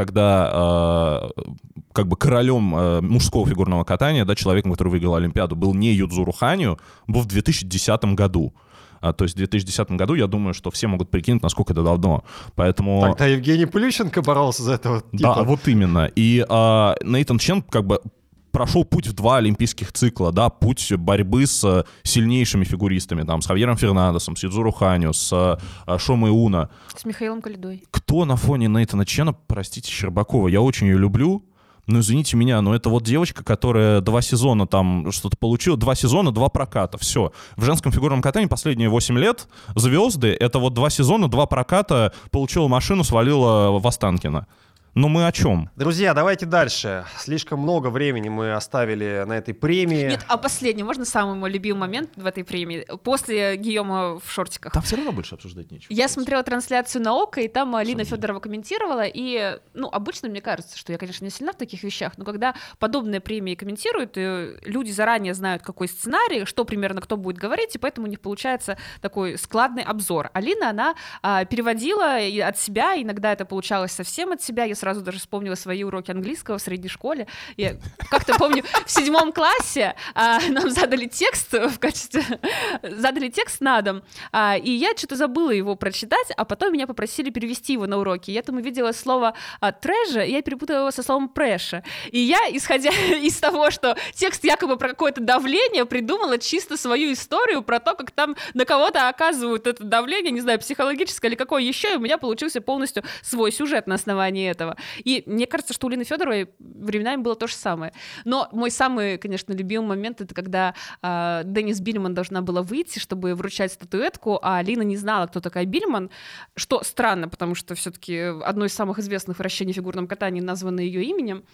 когда как бы королем мужского фигурного катания, да, человеком, который выиграл Олимпиаду, был не Юдзуру Ханью, был в 2010 году. То есть в 2010 году, я думаю, что все могут прикинуть, насколько это давно. Поэтому... Тогда Евгений Плющенко боролся за этого типа. Да, вот именно. И Нейтан Чен как бы прошел путь в 2 олимпийских цикла, да, путь борьбы с сильнейшими фигуристами, там, с Хавьером Фернандесом, с Юдзуру Ханью, с Шомой Уна. С Михаилом Калидой. Кто на фоне Нейтана Чена, простите, Щербакова? Я очень ее люблю, но извините меня, но это вот девочка, которая 2 сезона там что-то получила, 2 сезона, 2 проката, все. В женском фигурном катании последние 8 лет звезды, это вот 2 сезона, 2 проката, получила машину, свалила в Останкино. Но мы о чем? Друзья, давайте дальше. Слишком много времени мы оставили на этой премии. Нет, а последний, можно самый мой любимый момент в этой премии? После Гийома в шортиках. Там все равно больше обсуждать нечего. Я смотрела трансляцию на ОКО, и там Алина Федорова комментировала, и, обычно мне кажется, что я, конечно, не сильна в таких вещах, но когда подобные премии комментируют, люди заранее знают, какой сценарий, что примерно кто будет говорить, и поэтому у них получается такой складный обзор. Алина, она переводила от себя, иногда это получалось совсем от себя, я сразу даже вспомнила свои уроки английского в средней школе. Я как-то помню, в 7 классе нам задали текст в качестве... Задали текст на дом, и я что-то забыла его прочитать, а потом меня попросили перевести его на уроки. Я там увидела слово «трэжа», и я перепутала его со словом «прэша». И я, исходя из того, что текст якобы про какое-то давление, придумала чисто свою историю про то, как там на кого-то оказывают это давление, не знаю, психологическое или какое еще, и у меня получился полностью свой сюжет на основании этого. И мне кажется, что у Лины Федоровой временами было то же самое. Но мой самый, конечно, любимый момент — это когда Деннис Бильман должна была выйти, чтобы вручать статуэтку, а Алина не знала, кто такая Бильман, что странно, потому что все-таки одно из самых известных вращений в фигурном катании названо ее именем.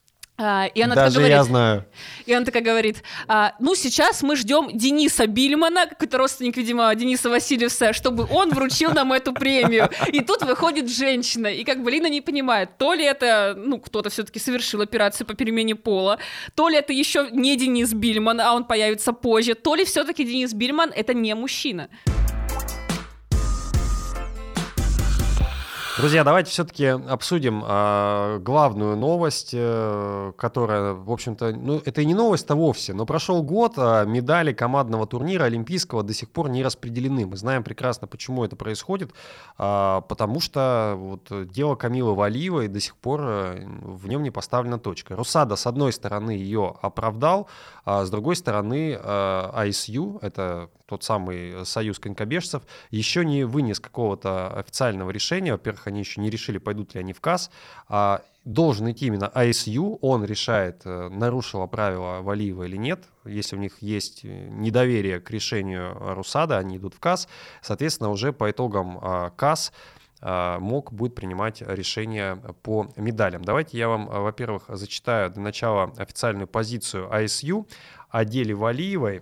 И она Даже говорит, я знаю. И она такая говорит, сейчас мы ждем Дениса Бильмана, какой-то родственник, видимо, Дениса Васильевса, чтобы он вручил нам эту премию. И тут выходит женщина, и как бы Лина не понимает, то ли это, кто-то все-таки совершил операцию по перемене пола, то ли это еще не Денис Бильман, а он появится позже, то ли все-таки Денис Бильман — это не мужчина. Друзья, давайте все-таки обсудим главную новость, которая, в общем-то, ну, это и не новость-то вовсе, но прошел год, а медали командного турнира олимпийского до сих пор не распределены. Мы знаем прекрасно, почему это происходит, потому что вот дело Камилы Валиевой до сих пор в нем не поставлена точка. Русада, с одной стороны, ее оправдал, а с другой стороны, ISU, это тот самый союз конькобежцев, еще не вынес какого-то официального решения. Во-первых, они еще не решили, пойдут ли они в КАС. Должен идти именно ISU, он решает, нарушила правила Валиева или нет. Если у них есть недоверие к решению Русада, они идут в КАС. Соответственно, уже по итогам КАС МОК будет принимать решение по медалям. Давайте я вам, во-первых, зачитаю для начала официальную позицию ISU о деле Валиевой.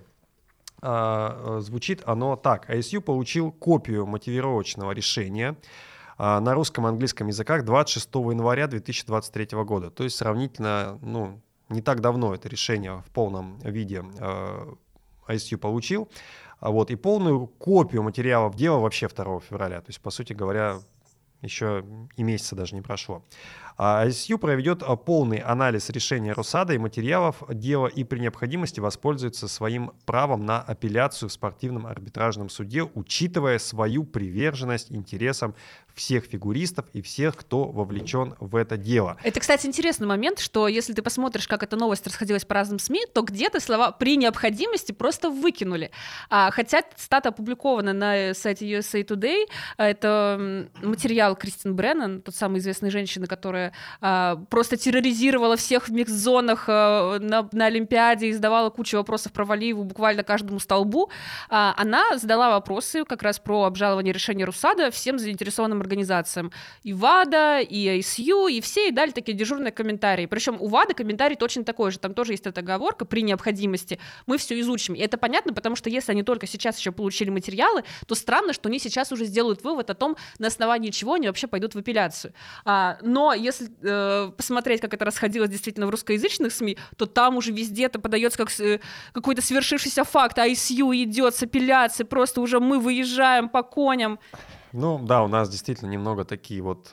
Звучит оно так. ISU получил копию мотивировочного решения на русском и английском языках 26 января 2023 года. То есть сравнительно, не так давно это решение в полном виде ISU получил. Вот, и полную копию материалов дела вообще 2 февраля. То есть, по сути говоря, еще и месяца даже не прошло. ISU проведет полный анализ решения Русада и материалов дела и при необходимости воспользуется своим правом на апелляцию в спортивном арбитражном суде, учитывая свою приверженность интересам всех фигуристов и всех, кто вовлечен в это дело. Это, кстати, интересный момент, что если ты посмотришь, как эта новость расходилась по разным СМИ, то где-то слова «при необходимости» просто выкинули. Хотя стата опубликована на сайте USA Today, это материал Кристин Бреннан, тот самый известной женщины, которая просто терроризировала всех в микс-зонах на Олимпиаде и задавала кучу вопросов про Валиеву буквально каждому столбу. Она задала вопросы как раз про обжалование решения Русада всем заинтересованным организациям. И ВАДА, и ISU, и все, и дали такие дежурные комментарии. Причем у ВАДА комментарий точно такой же. Там тоже есть эта оговорка: при необходимости мы все изучим. И это понятно, потому что если они только сейчас еще получили материалы, то странно, что они сейчас уже сделают вывод о том, на основании чего они вообще пойдут в апелляцию. Но если посмотреть, как это расходилось действительно в русскоязычных СМИ, то там уже везде это подается как какой-то свершившийся факт. ISU идет с апелляцией, просто уже мы выезжаем по коням. Ну да, у нас действительно немного такие вот...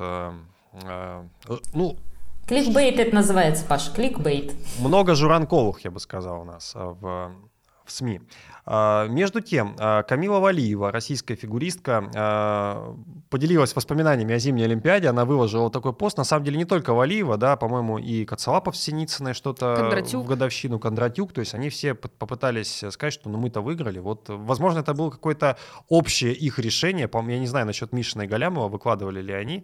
Кликбейт это называется, Паш, кликбейт. Много журанковых, я бы сказал, у нас в СМИ. Между тем, Камила Валиева, российская фигуристка, поделилась воспоминаниями о зимней Олимпиаде. Она выложила такой пост. На самом деле не только Валиева, да, по-моему, и Коцалапов с Синицыной что-то в годовщину, Кондратюк. То есть они все попытались сказать, что мы-то выиграли. Вот, возможно, это было какое-то общее их решение. Я не знаю насчет Мишина и Галямова, выкладывали ли они,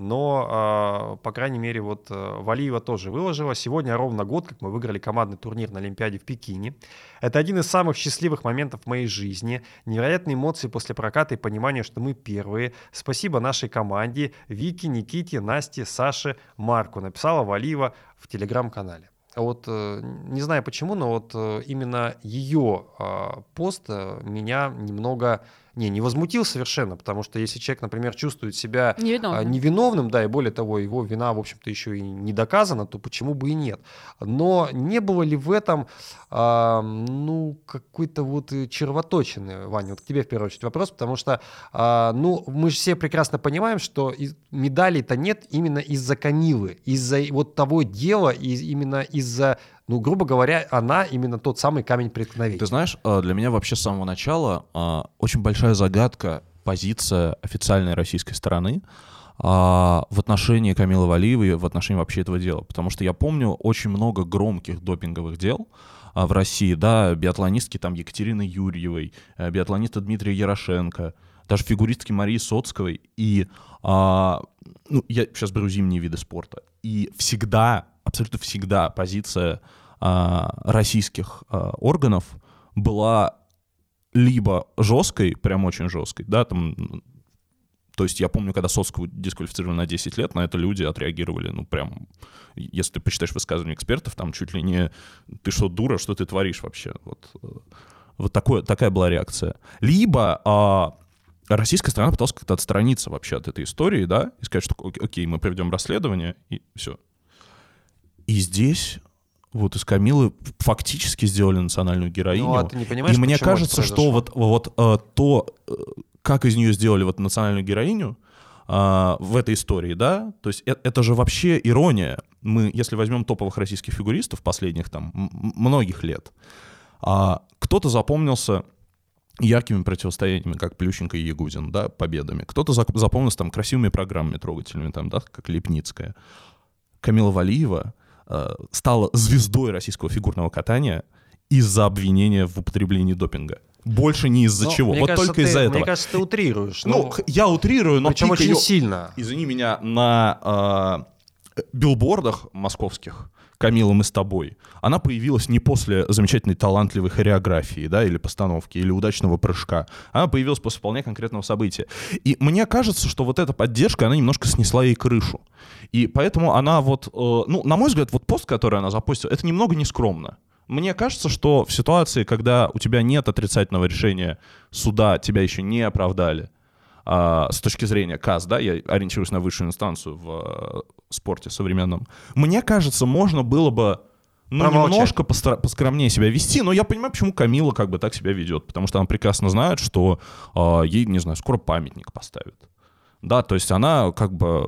но, по крайней мере, вот Валиева тоже выложила. Сегодня ровно год, как мы выиграли командный турнир на Олимпиаде в Пекине. Это один из самых счастливых моментов в моей жизни. Невероятные эмоции после проката и понимание, что мы первые. Спасибо нашей команде: Вике, Никите, Насте, Саше, Марку, написала Валиева в телеграм-канале. Вот не знаю почему, но вот именно ее пост меня немного не возмутил совершенно, потому что если человек, например, чувствует себя невиновным, да, и более того, его вина, в общем-то, еще и не доказана, то почему бы и нет. Но не было ли в этом, какой-то вот червоточины, Ваня, вот к тебе в первую очередь вопрос, потому что, мы же все прекрасно понимаем, что медалей-то нет именно из-за Камилы, из-за вот того дела, именно из-за, грубо говоря, она именно тот самый камень преткновения. Ты знаешь, для меня вообще с самого начала очень большая загадка позиция официальной российской стороны в отношении Камилы Валиевой, в отношении вообще этого дела. Потому что я помню очень много громких допинговых дел в России, да, биатлонистки там Екатерины Юрьевой, биатлониста Дмитрия Ярошенко, даже фигуристки Марии Соцковой. И я сейчас беру зимние виды спорта. И всегда, абсолютно всегда позиция российских органов была либо жесткой, прям очень жесткой, да, там, то есть я помню, когда Соцкову дисквалифицировали на 10 лет, на это люди отреагировали, прям, если ты почитаешь высказывания экспертов, там чуть ли не «ты что, дура, что ты творишь вообще?» Вот такая была реакция. Либо российская сторона пыталась как-то отстраниться вообще от этой истории, да, и сказать, что окей, мы проведем расследование, и все. И здесь вот из Камилы фактически сделали национальную героиню. А ты не понимаешь, и мне кажется, что то, как из нее сделали вот национальную героиню, в этой истории, да, то есть это же вообще ирония. Мы, если возьмем топовых российских фигуристов последних там многих лет, кто-то запомнился яркими противостояниями, как Плющенко и Ягудин, да, победами. Кто-то запомнился там красивыми программами трогательными, там, да, как Липницкая. Камила Валиева стала звездой российского фигурного катания из-за обвинения в употреблении допинга. Больше не из-за чего. Вот кажется, только из-за этого. Мне кажется, ты утрируешь. Ну, я утрирую, но причем очень сильно. Извини меня, на билбордах московских «Камила, мы с тобой», она появилась не после замечательной талантливой хореографии, да, или постановки, или удачного прыжка. Она появилась после вполне конкретного события. И мне кажется, что вот эта поддержка, она немножко снесла ей крышу. И поэтому она вот, ну, на мой взгляд, вот пост, который она запустила, это немного нескромно. Мне кажется, что в ситуации, когда у тебя нет отрицательного решения суда, тебя еще не оправдали, с точки зрения КАС, да, я ориентируюсь на высшую инстанцию в спорте современном, мне кажется, можно было бы немножко поскромнее себя вести, но я понимаю, почему Камила как бы так себя ведет, потому что она прекрасно знает, что ей, не знаю, скоро памятник поставят. Да, то есть она как бы...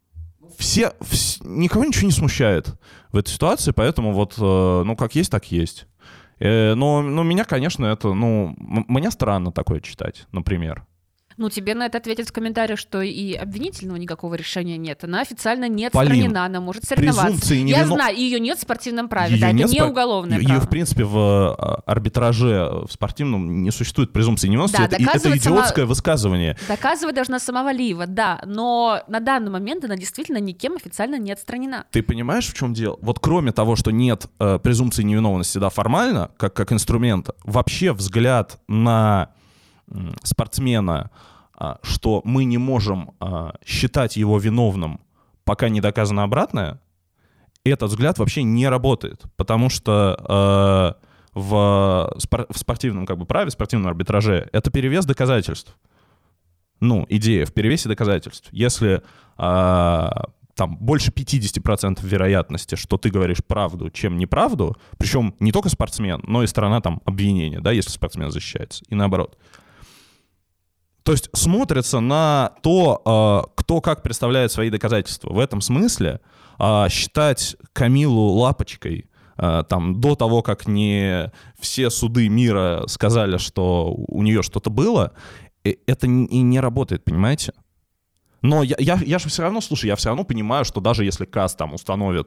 Никого ничего не смущает в этой ситуации, поэтому вот, ну, как есть, так есть. Но меня, конечно, это, ну, мне странно такое читать, например. Ну, тебе на это ответят в комментариях, что и обвинительного никакого решения нет. Она официально не отстранена, она может соревноваться. Я знаю, ее нет в спортивном праве, да, это не уголовное право. Ее, в принципе, в арбитраже в спортивном не существует презумпции невиновности. Да, это идиотское высказывание. Доказывать должна сама Валиева, да, но на данный момент она действительно никем официально не отстранена. Ты понимаешь, в чем дело? Вот кроме того, что нет презумпции невиновности, да, формально, как инструмента, вообще взгляд на спортсмена, что мы не можем считать его виновным, пока не доказано обратное, этот взгляд вообще не работает, потому что в спортивном как бы праве, в спортивном арбитраже это перевес доказательств. Ну, идея в перевесе доказательств. Если там больше 50% вероятности, что ты говоришь правду, чем неправду, причем не только спортсмен, но и сторона там обвинения, да, если спортсмен защищается, и наоборот. То есть смотрится на то, кто как представляет свои доказательства. В этом смысле считать Камилу лапочкой там, до того, как не все суды мира сказали, что у нее что-то было, это и не работает, понимаете? Но я же все равно, слушай, я все равно понимаю, что даже если КАС там установит,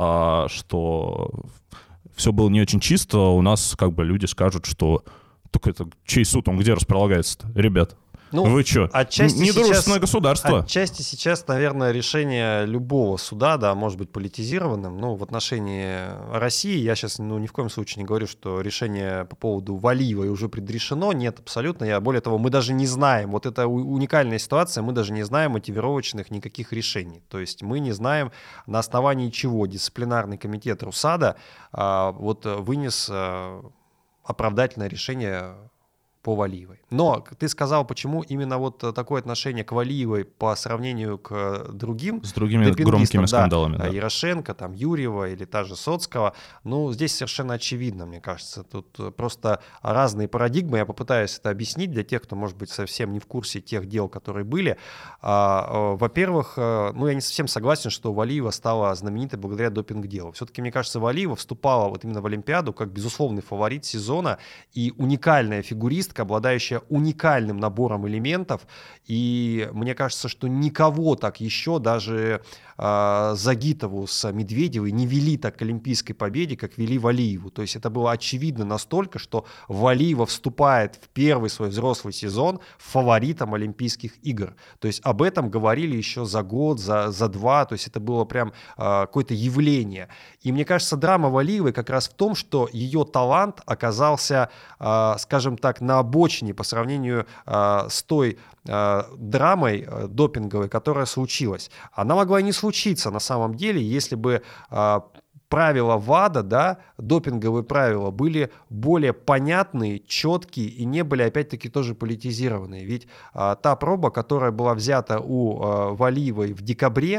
что все было не очень чисто, у нас как бы люди скажут, что только это чей суд, он где располагается-то, ребят? Ну, вы что, недружественное государство? Отчасти сейчас, наверное, решение любого суда, да, может быть политизированным. Ну, в отношении России я сейчас ни в коем случае не говорю, что решение по поводу Валиевой уже предрешено. Нет, абсолютно. Более того, мы даже не знаем, вот это уникальная ситуация, мы даже не знаем мотивировочных никаких решений. То есть мы не знаем, на основании чего дисциплинарный комитет РУСАДА вот вынес оправдательное решение по Валиевой. Но ты сказал, почему именно вот такое отношение к Валиевой по сравнению к другим... С другими громкими скандалами. Да. Ярошенко, там, Юрьева или та же Соцкого. Ну, здесь совершенно очевидно, мне кажется. Тут просто разные парадигмы. Я попытаюсь это объяснить для тех, кто, может быть, совсем не в курсе тех дел, которые были. Во-первых, ну, я не совсем согласен, что Валиева стала знаменитой благодаря допинг-делу. Все-таки, мне кажется, Валиева вступала вот именно в Олимпиаду как безусловный фаворит сезона и уникальная фигуристка, обладающая уникальным набором элементов, и мне кажется, что никого так еще, даже Загитову с Медведевой, не вели так к олимпийской победе, как вели Валиеву. То есть это было очевидно настолько, что Валиева вступает в первый свой взрослый сезон фаворитом Олимпийских игр. То есть об этом говорили еще за год, за два, то есть это было прям какое-то явление. И мне кажется, драма Валиевой как раз в том, что ее талант оказался, скажем так, на обочине по сравнению с той драмой допинговой, которая случилась. Она могла и не случиться на самом деле, если бы правила ВАДА, да, допинговые правила, были более понятные, четкие и не были, опять-таки, тоже политизированные. Ведь та проба, которая была взята у Валиевой в декабре,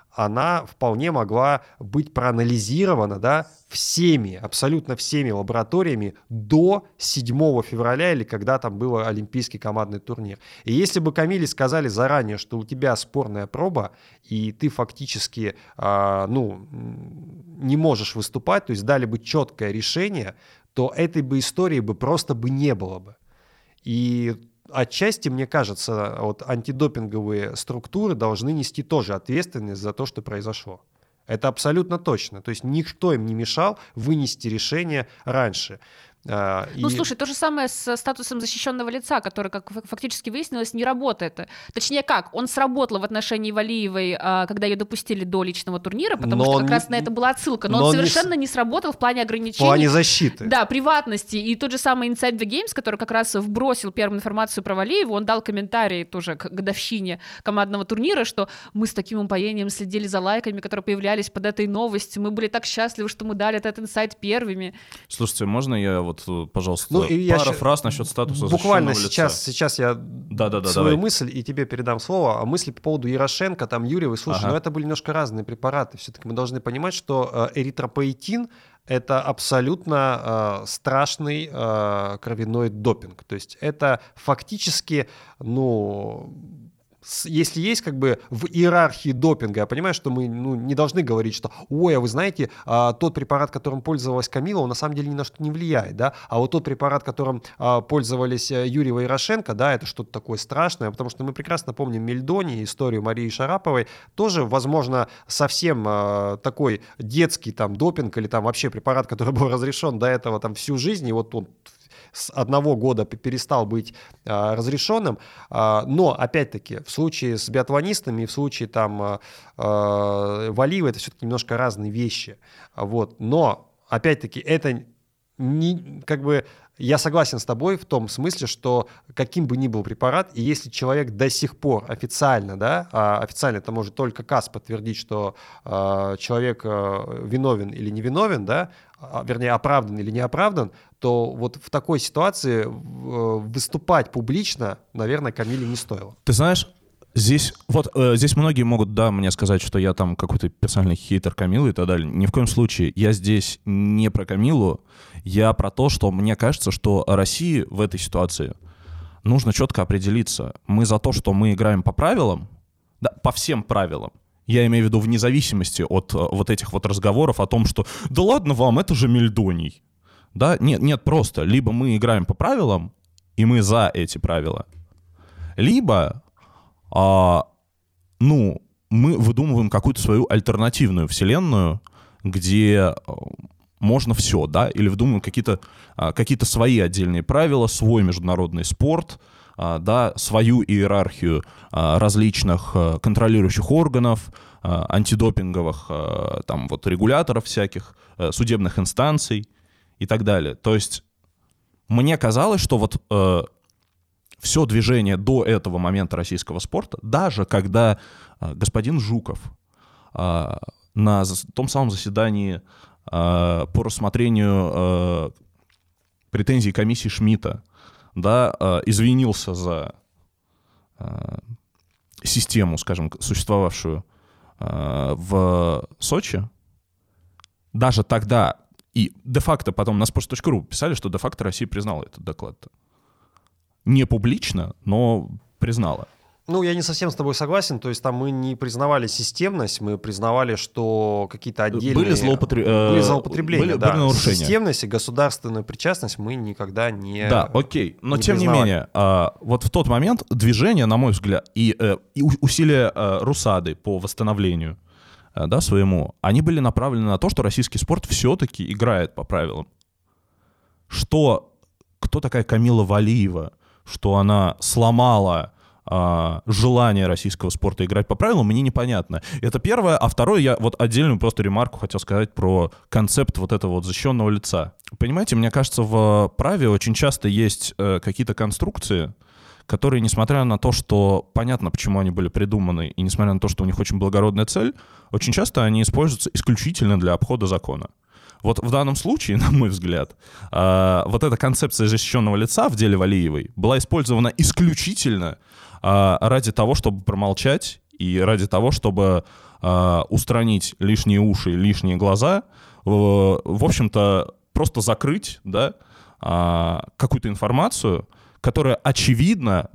она вполне могла быть проанализирована, да, абсолютно всеми лабораториями до 7 февраля или когда там был олимпийский командный турнир. И если бы Камиле сказали заранее, что у тебя спорная проба, и ты фактически не можешь выступать, то есть дали бы четкое решение, то этой бы истории бы просто бы не было бы. И отчасти, мне кажется, вот антидопинговые структуры должны нести тоже ответственность за то, что произошло. Это абсолютно точно. То есть никто им не мешал вынести решение раньше. Слушай, то же самое с статусом защищенного лица, который, как фактически выяснилось, не работает. Точнее, как? Он сработал в отношении Валиевой, когда ее допустили до личного турнира, потому что как раз на это была отсылка. Но он совершенно не сработал в плане ограничений. В плане защиты. Да, приватности. И тот же самый Inside the Games, который как раз вбросил первую информацию про Валиеву, он дал комментарий тоже к годовщине командного турнира, что мы с таким упоением следили за лайками, которые появлялись под этой новостью. Мы были так счастливы, что мы дали этот инсайт первыми. Слушайте, можно я пожалуйста, пара фраз насчет статуса буквально защищенного лица. Сейчас я свою мысль и тебе передам слово. А мысли по поводу Ярошенко, там, Юрьевой, слушай, это были немножко разные препараты. Все-таки мы должны понимать, что эритропоэтин — это абсолютно страшный кровяной допинг. То есть это фактически, если есть как бы в иерархии допинга, я понимаю, что мы не должны говорить, что ой, а вы знаете, тот препарат, которым пользовалась Камила, он на самом деле ни на что не влияет, да, а вот тот препарат, которым пользовались Юрьева и Ярошенко, да, это что-то такое страшное, потому что мы прекрасно помним Мельдони, историю Марии Шараповой, тоже, возможно, совсем такой детский там допинг или там вообще препарат, который был разрешен до этого там всю жизнь, и вот он с 1 года перестал быть разрешенным, но, опять-таки, в случае с биатлонистами и в случае там Валиевой это все-таки немножко разные вещи, вот, но, опять-таки, это не, как бы, я согласен с тобой в том смысле, что каким бы ни был препарат, и если человек до сих пор официально, да, официально это может только КАС подтвердить, что человек виновен или не виновен, да, вернее, оправдан или не оправдан, то вот в такой ситуации выступать публично, наверное, Камиле не стоило. Ты знаешь, здесь многие могут, мне сказать, что я там какой-то персональный хейтер Камилы и так далее. Ни в коем случае. Я здесь не про Камилу, я про то, что мне кажется, что России в этой ситуации нужно четко определиться. Мы за то, что мы играем по правилам, да, по всем правилам. Я имею в виду вне зависимости от вот этих вот разговоров о том, что да ладно вам, это же Мельдоний. Да? Нет, просто. Либо мы играем по правилам, и мы за эти правила. Либо мы выдумываем какую-то свою альтернативную вселенную, где можно все, да, или выдумываем какие-то свои отдельные правила, свой международный спорт, да, свою иерархию различных контролирующих органов, антидопинговых там вот регуляторов всяких, судебных инстанций и так далее. То есть мне казалось, что вот все движение до этого момента российского спорта, даже когда господин Жуков на том самом заседании по рассмотрению претензий комиссии Шмидта, да, извинился за систему, скажем, существовавшую в Сочи, даже тогда, и де-факто потом на sports.ru писали, что де-факто Россия признала этот доклад. Не публично, но признала. Я не совсем с тобой согласен. То есть там мы не признавали системность, мы признавали, что какие-то отдельные... Были злоупотребления, были нарушения. Системность и государственную причастность мы никогда не... Да, окей. Но тем не менее, вот в тот момент движение, на мой взгляд, и усилия РУСАДы по восстановлению, да, своему, они были направлены на то, что российский спорт все-таки играет по правилам. Кто такая Камила Валиева, что она сломала желание российского спорта играть по правилам, мне непонятно. Это первое. А второе, я вот отдельную просто ремарку хотел сказать про концепт вот этого вот защищенного лица. Понимаете, мне кажется, в праве очень часто есть какие-то конструкции, которые, несмотря на то, что понятно, почему они были придуманы, и несмотря на то, что у них очень благородная цель, очень часто они используются исключительно для обхода закона. Вот в данном случае, на мой взгляд, вот эта концепция защищенного лица в деле Валиевой была использована исключительно ради того, чтобы промолчать И ради того, чтобы устранить лишние уши, лишние глаза, в общем-то, просто закрыть, да, какую-то информацию, которая очевидна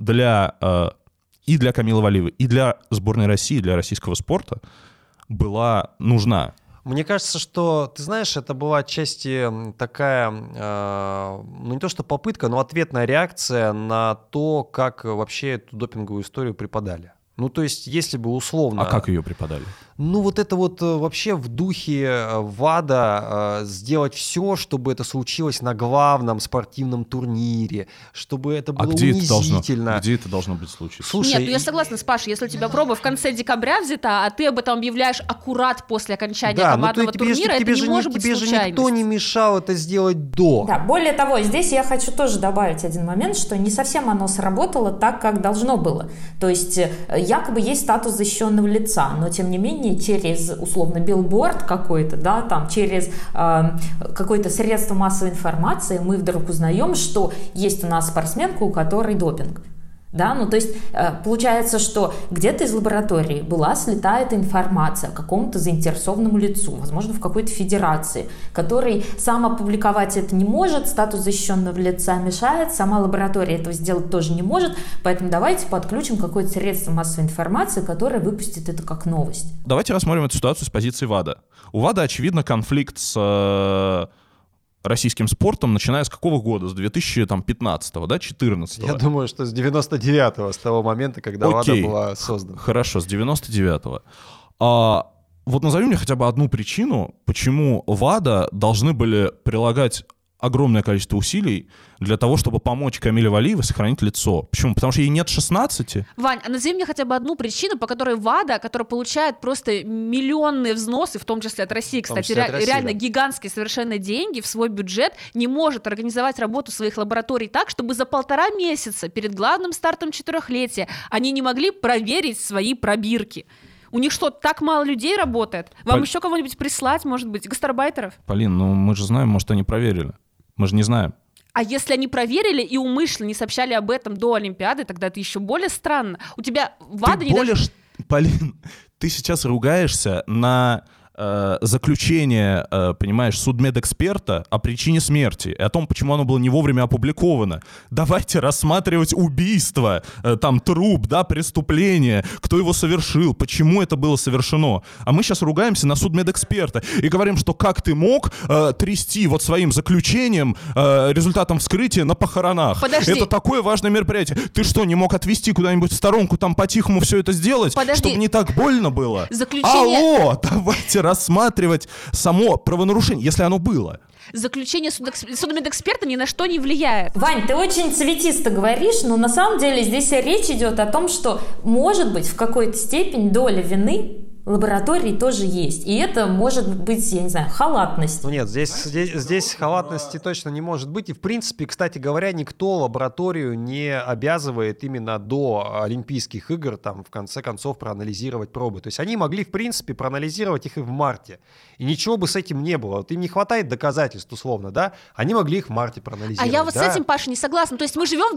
и для Камилы Валиевой, и для сборной России, для российского спорта была нужна. Мне кажется, что, ты знаешь, это была отчасти такая, ну не то что попытка, но ответная реакция на то, как вообще эту допинговую историю преподали. Ну, то есть, если бы условно... А как ее преподали? Ну, вот это вот вообще в духе ВАДА сделать все, чтобы это случилось на главном спортивном турнире, чтобы это было унизительно. Где это должно быть случиться? Слушай, Нет, ну я согласна с Пашей, если у тебя проба в конце декабря взята, а ты об этом объявляешь аккурат после окончания командного турнира, это не может быть случайностью. Тебе же никто не мешал это сделать до. Да, более того, здесь я хочу тоже добавить один момент, что не совсем оно сработало так, как должно было. То есть якобы есть статус защищенного лица, но тем не менее через, условно, билборд какой-то, да, там, через какое-то средство массовой информации мы вдруг узнаем, что есть у нас спортсменка, у которой допинг. Да, ну то есть получается, что где-то из лаборатории была слита эта информация какому-то заинтересованному лицу, возможно, в какой-то федерации, который сам опубликовать это не может, статус защищенного лица мешает, сама лаборатория этого сделать тоже не может, поэтому давайте подключим какое-то средство массовой информации, которое выпустит это как новость. Давайте рассмотрим эту ситуацию с позиции ВАДА. У ВАДА, очевидно, конфликт с российским спортом, начиная с какого года? С 2015-го, да, 14-го? Я думаю, что с 99-го, с того момента, когда ВАДА была создана. Хорошо, с 99-го. Вот назови мне хотя бы одну причину, почему ВАДА должны были прилагать огромное количество усилий для того, чтобы помочь Камиле Валиевой сохранить лицо. Почему? Потому что ей нет 16? Вань, а назови мне хотя бы одну причину, по которой ВАДА, которая получает просто миллионные взносы, в том числе от России, кстати, реально гигантские совершенно деньги в свой бюджет, не может организовать работу своих лабораторий так, чтобы за 1,5 месяца перед главным стартом 4-летия они не могли проверить свои пробирки. У них что, так мало людей работает? Вам еще кого-нибудь прислать, может быть, гастарбайтеров? Полин, ну мы же знаем, может, они проверили. Мы же не знаем. А если они проверили и умышленно не сообщали об этом до Олимпиады, тогда это еще более странно. У тебя ВАДА не... Полин, ты сейчас ругаешься на заключение, понимаешь, судмедэксперта о причине смерти и о том, почему оно было не вовремя опубликовано. Давайте рассматривать убийство, там труп, да, преступление, кто его совершил, почему это было совершено. А мы сейчас ругаемся на судмедэксперта и говорим, что как ты мог трясти вот своим заключением результатом вскрытия на похоронах. Подожди. Это такое важное мероприятие. Ты что, не мог отвести куда-нибудь в сторонку, там по-тихому все это сделать, чтобы не так больно было? Заключение... Алло, давайте рассматривать само правонарушение, если оно было. Заключение судмедэксперта ни на что не влияет. Вань, ты очень цветисто говоришь, но на самом деле здесь речь идет о том, что, может быть, в какой-то степени доля вины лаборатории тоже есть. И это может быть, я не знаю, халатность. Ну нет, здесь халатности точно не может быть. И в принципе, кстати говоря, никто лабораторию не обязывает именно до Олимпийских игр там в конце концов проанализировать пробы. То есть они могли в принципе проанализировать их и в марте. И ничего бы с этим не было. Вот им не хватает доказательств, условно, да? Они могли их в марте проанализировать. А я вот с этим, Паша, не согласна. То есть мы живем в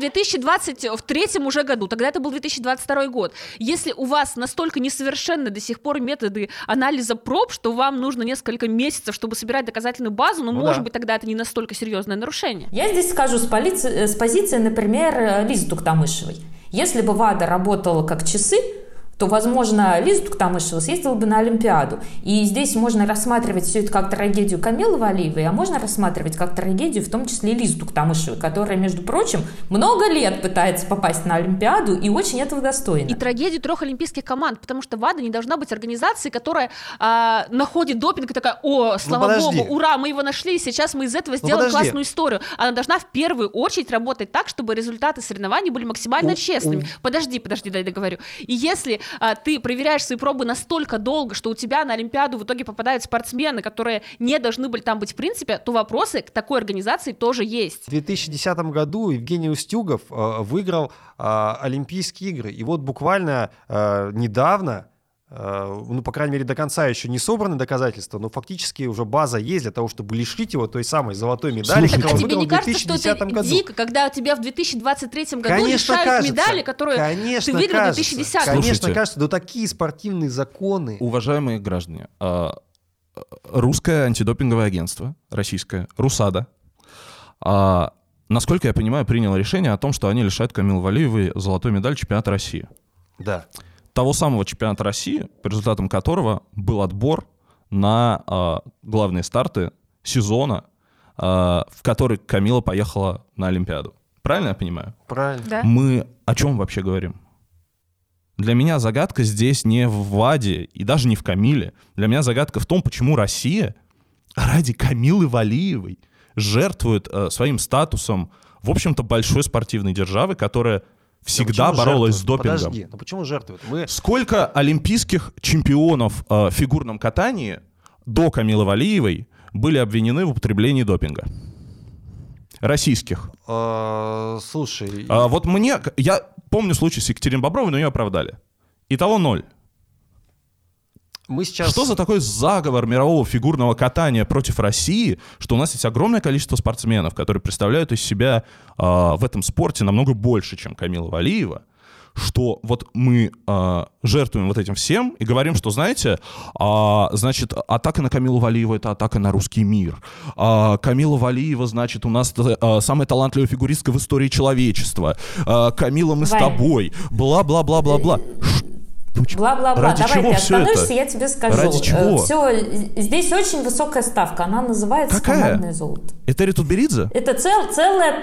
2023 уже году, тогда это был 2022 год. Если у вас настолько несовершенны до сих пор методы анализа проб, что вам нужно несколько месяцев, чтобы собирать доказательную базу, ну может быть, тогда это не настолько серьезное нарушение. Я здесь скажу с позиции, например, Лизы Туктамышевой. Если бы ВАДА работала как часы, то, возможно, Лиза Туктамышева съездила бы на Олимпиаду. И здесь можно рассматривать все это как трагедию Камилы Валиевой, а можно рассматривать как трагедию в том числе и Лизы Туктамышевой, которая, между прочим, много лет пытается попасть на Олимпиаду и очень этого достойна. И трагедию 3 олимпийских команд, потому что ВАДА не должна быть организацией, которая находит допинг и такая: о, слава богу, ура, мы его нашли, сейчас мы из этого сделаем классную историю. Она должна в первую очередь работать так, чтобы результаты соревнований были максимально честными. Подожди, дай договорю. И если ты проверяешь свои пробы настолько долго, что у тебя на Олимпиаду в итоге попадают спортсмены, которые не должны были там быть в принципе, то вопросы к такой организации тоже есть. В 2010 году Евгений Устюгов выиграл Олимпийские игры. И вот буквально недавно ну, по крайней мере, до конца еще не собраны доказательства, но фактически уже база есть для того, чтобы лишить его той самой золотой медали, Так, которую а он тебе выиграл не в кажется, что 2010 это году. дико, когда у тебя в 2023 году Конечно, лишают кажется. медали, которые Конечно, ты выиграл в кажется. 2010? Конечно, Слушайте. кажется, но такие спортивные законы. Уважаемые граждане, русское антидопинговое агентство, российское, РУСАДА, насколько я понимаю, приняло решение о том, что они лишают Камилы Валиевой золотой медаль чемпионата России. Да. Того самого чемпионата России, по результатам которого был отбор на главные старты сезона, в который Камила поехала на Олимпиаду. Правильно я понимаю? Правильно. Да. Мы о чем вообще говорим? Для меня загадка здесь не в Ваде и даже не в Камиле. Для меня загадка в том, почему Россия ради Камилы Валиевой жертвует своим статусом, в общем-то, большой спортивной державы, которая всегда почему боролась жертвуют? с допингом. Подожди, ну почему жертвуют? Мы... Сколько олимпийских чемпионов в фигурном катании до Камилы Валиевой были обвинены в употреблении допинга? Российских. Слушай... Вот я помню случай с Екатериной Бобровой, но ее оправдали. Итого 0. Мы сейчас... Что за такой заговор мирового фигурного катания против России, что у нас есть огромное количество спортсменов, которые представляют из себя в этом спорте намного больше, чем Камила Валиева, что вот мы жертвуем вот этим всем и говорим, что, знаете, значит, атака на Камилу Валиеву — это атака на русский мир. Камила Валиева, значит, у нас самая талантливая фигуристка в истории человечества. Камила, мы с Вань. тобой. Бла-бла-бла-бла-бла. Бла-бла-бла. Ради Давай чего ты всё остановишься, это? я тебе скажу. Ради чего? Здесь очень высокая ставка. Она называется Какая? командное золото. Это Ритуберидзе? Это целая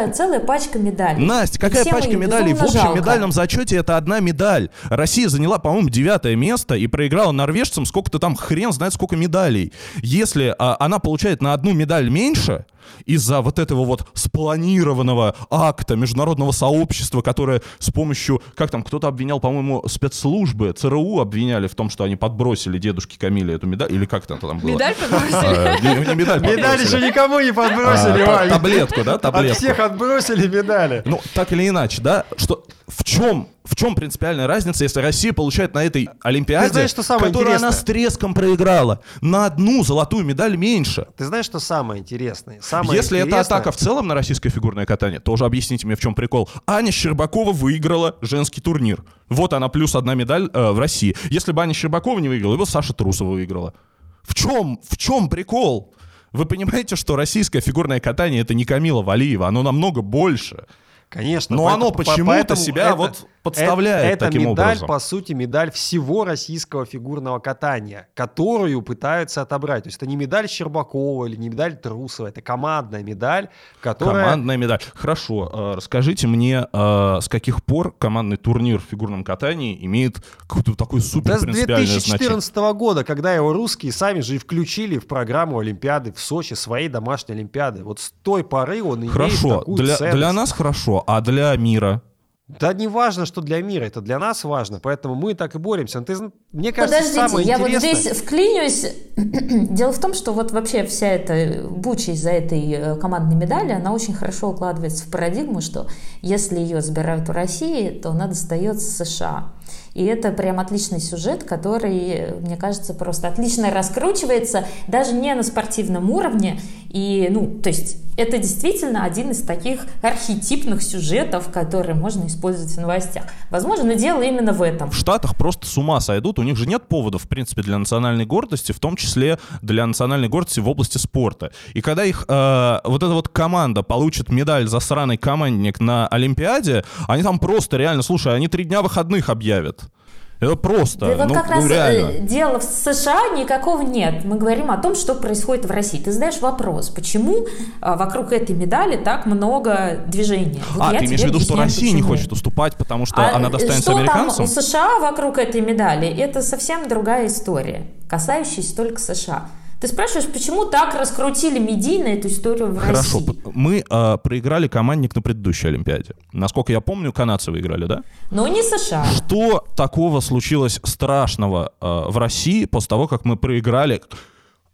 пачка медалей. Настя, И какая всем пачка ее медалей? В безумно общем жалко. медальном зачете это одна медаль. Россия заняла, по-моему, 9 место и проиграла норвежцам сколько-то там, хрен знает сколько медалей. Если она получает на одну медаль меньше из-за вот этого вот спланированного акта международного сообщества, которое с помощью, как там, кто-то обвинял, по-моему, спецслужбы, ЦРУ обвиняли в том, что они подбросили дедушке Камиле эту медаль, или как там было? Медаль подбросили? Не медаль Медаль подбросили. еще никому не подбросили, Вань. Таблетку, да, От таблетку. всех отбросили медали. Ну, так или иначе, да, что в чем принципиальная разница, если Россия получает на этой Олимпиаде, Ты знаешь, что самое которую интересное? она с треском проиграла, на одну золотую медаль меньше? Ты знаешь, что самое интересное? Если это атака в целом на российское фигурное катание, то уже объясните мне, в чем прикол. Аня Щербакова выиграла женский турнир. Вот она, плюс одна медаль в России. Если бы Аня Щербакова не выиграла, его Саша Трусова выиграла. В чем прикол? Вы понимаете, что российское фигурное катание — это не Камила Валиева, оно намного больше. Конечно. Но оно почему-то поэтому себя вот подставляет таким медаль, образом. по сути, медаль всего российского фигурного катания, которую пытаются отобрать. То есть это не медаль Щербакова или не медаль Трусова, это командная медаль, которая... Командная медаль. Хорошо, расскажите мне, с каких пор командный турнир в фигурном катании имеет какое-то такое Да супер с принципиальное значение? 2014 года, когда его русские сами же и включили в программу Олимпиады в Сочи, своей домашней Олимпиады. Вот с той поры он имеет Хорошо, такую для ценность. нас хорошо, а для мира? Да не важно, что для мира, это для нас важно, поэтому мы так и боремся. Но мне кажется, Подождите, самое я вот интересное... здесь вклинюсь. Дело в том, что вот вообще вся эта буча из-за этой командной медали, она очень хорошо укладывается в парадигму, что если ее забирают у России, то она достается США. И это прям отличный сюжет, который, мне кажется, просто отлично раскручивается, даже не на спортивном уровне. И, то есть это действительно один из таких архетипных сюжетов, которые можно использовать в новостях. Возможно, дело именно в этом. В Штатах просто с ума сойдут, у них же нет поводов, в принципе, для национальной гордости, в том числе для национальной гордости в области спорта. И когда их вот эта вот команда получит медаль за сраный командник на Олимпиаде, они там просто реально, слушай, они 3 дня выходных объявят. Это просто, И вот как раз реально. дело в США никакого нет. Мы говорим о том, что происходит в России. Ты задаешь вопрос, почему вокруг этой медали так много движения? Вот я Ты имеешь в тебе виду, что объясняю, Россия не почему. хочет уступать, потому что она достанется что американцам? Там у США вокруг этой медали, это совсем другая история, касающаяся только США. Ты спрашиваешь, почему так раскрутили медийно эту историю в Хорошо, России? мы проиграли командник на предыдущей Олимпиаде. Насколько я помню, канадцы выиграли, да? Но не США. Что такого случилось страшного в России после того, как мы проиграли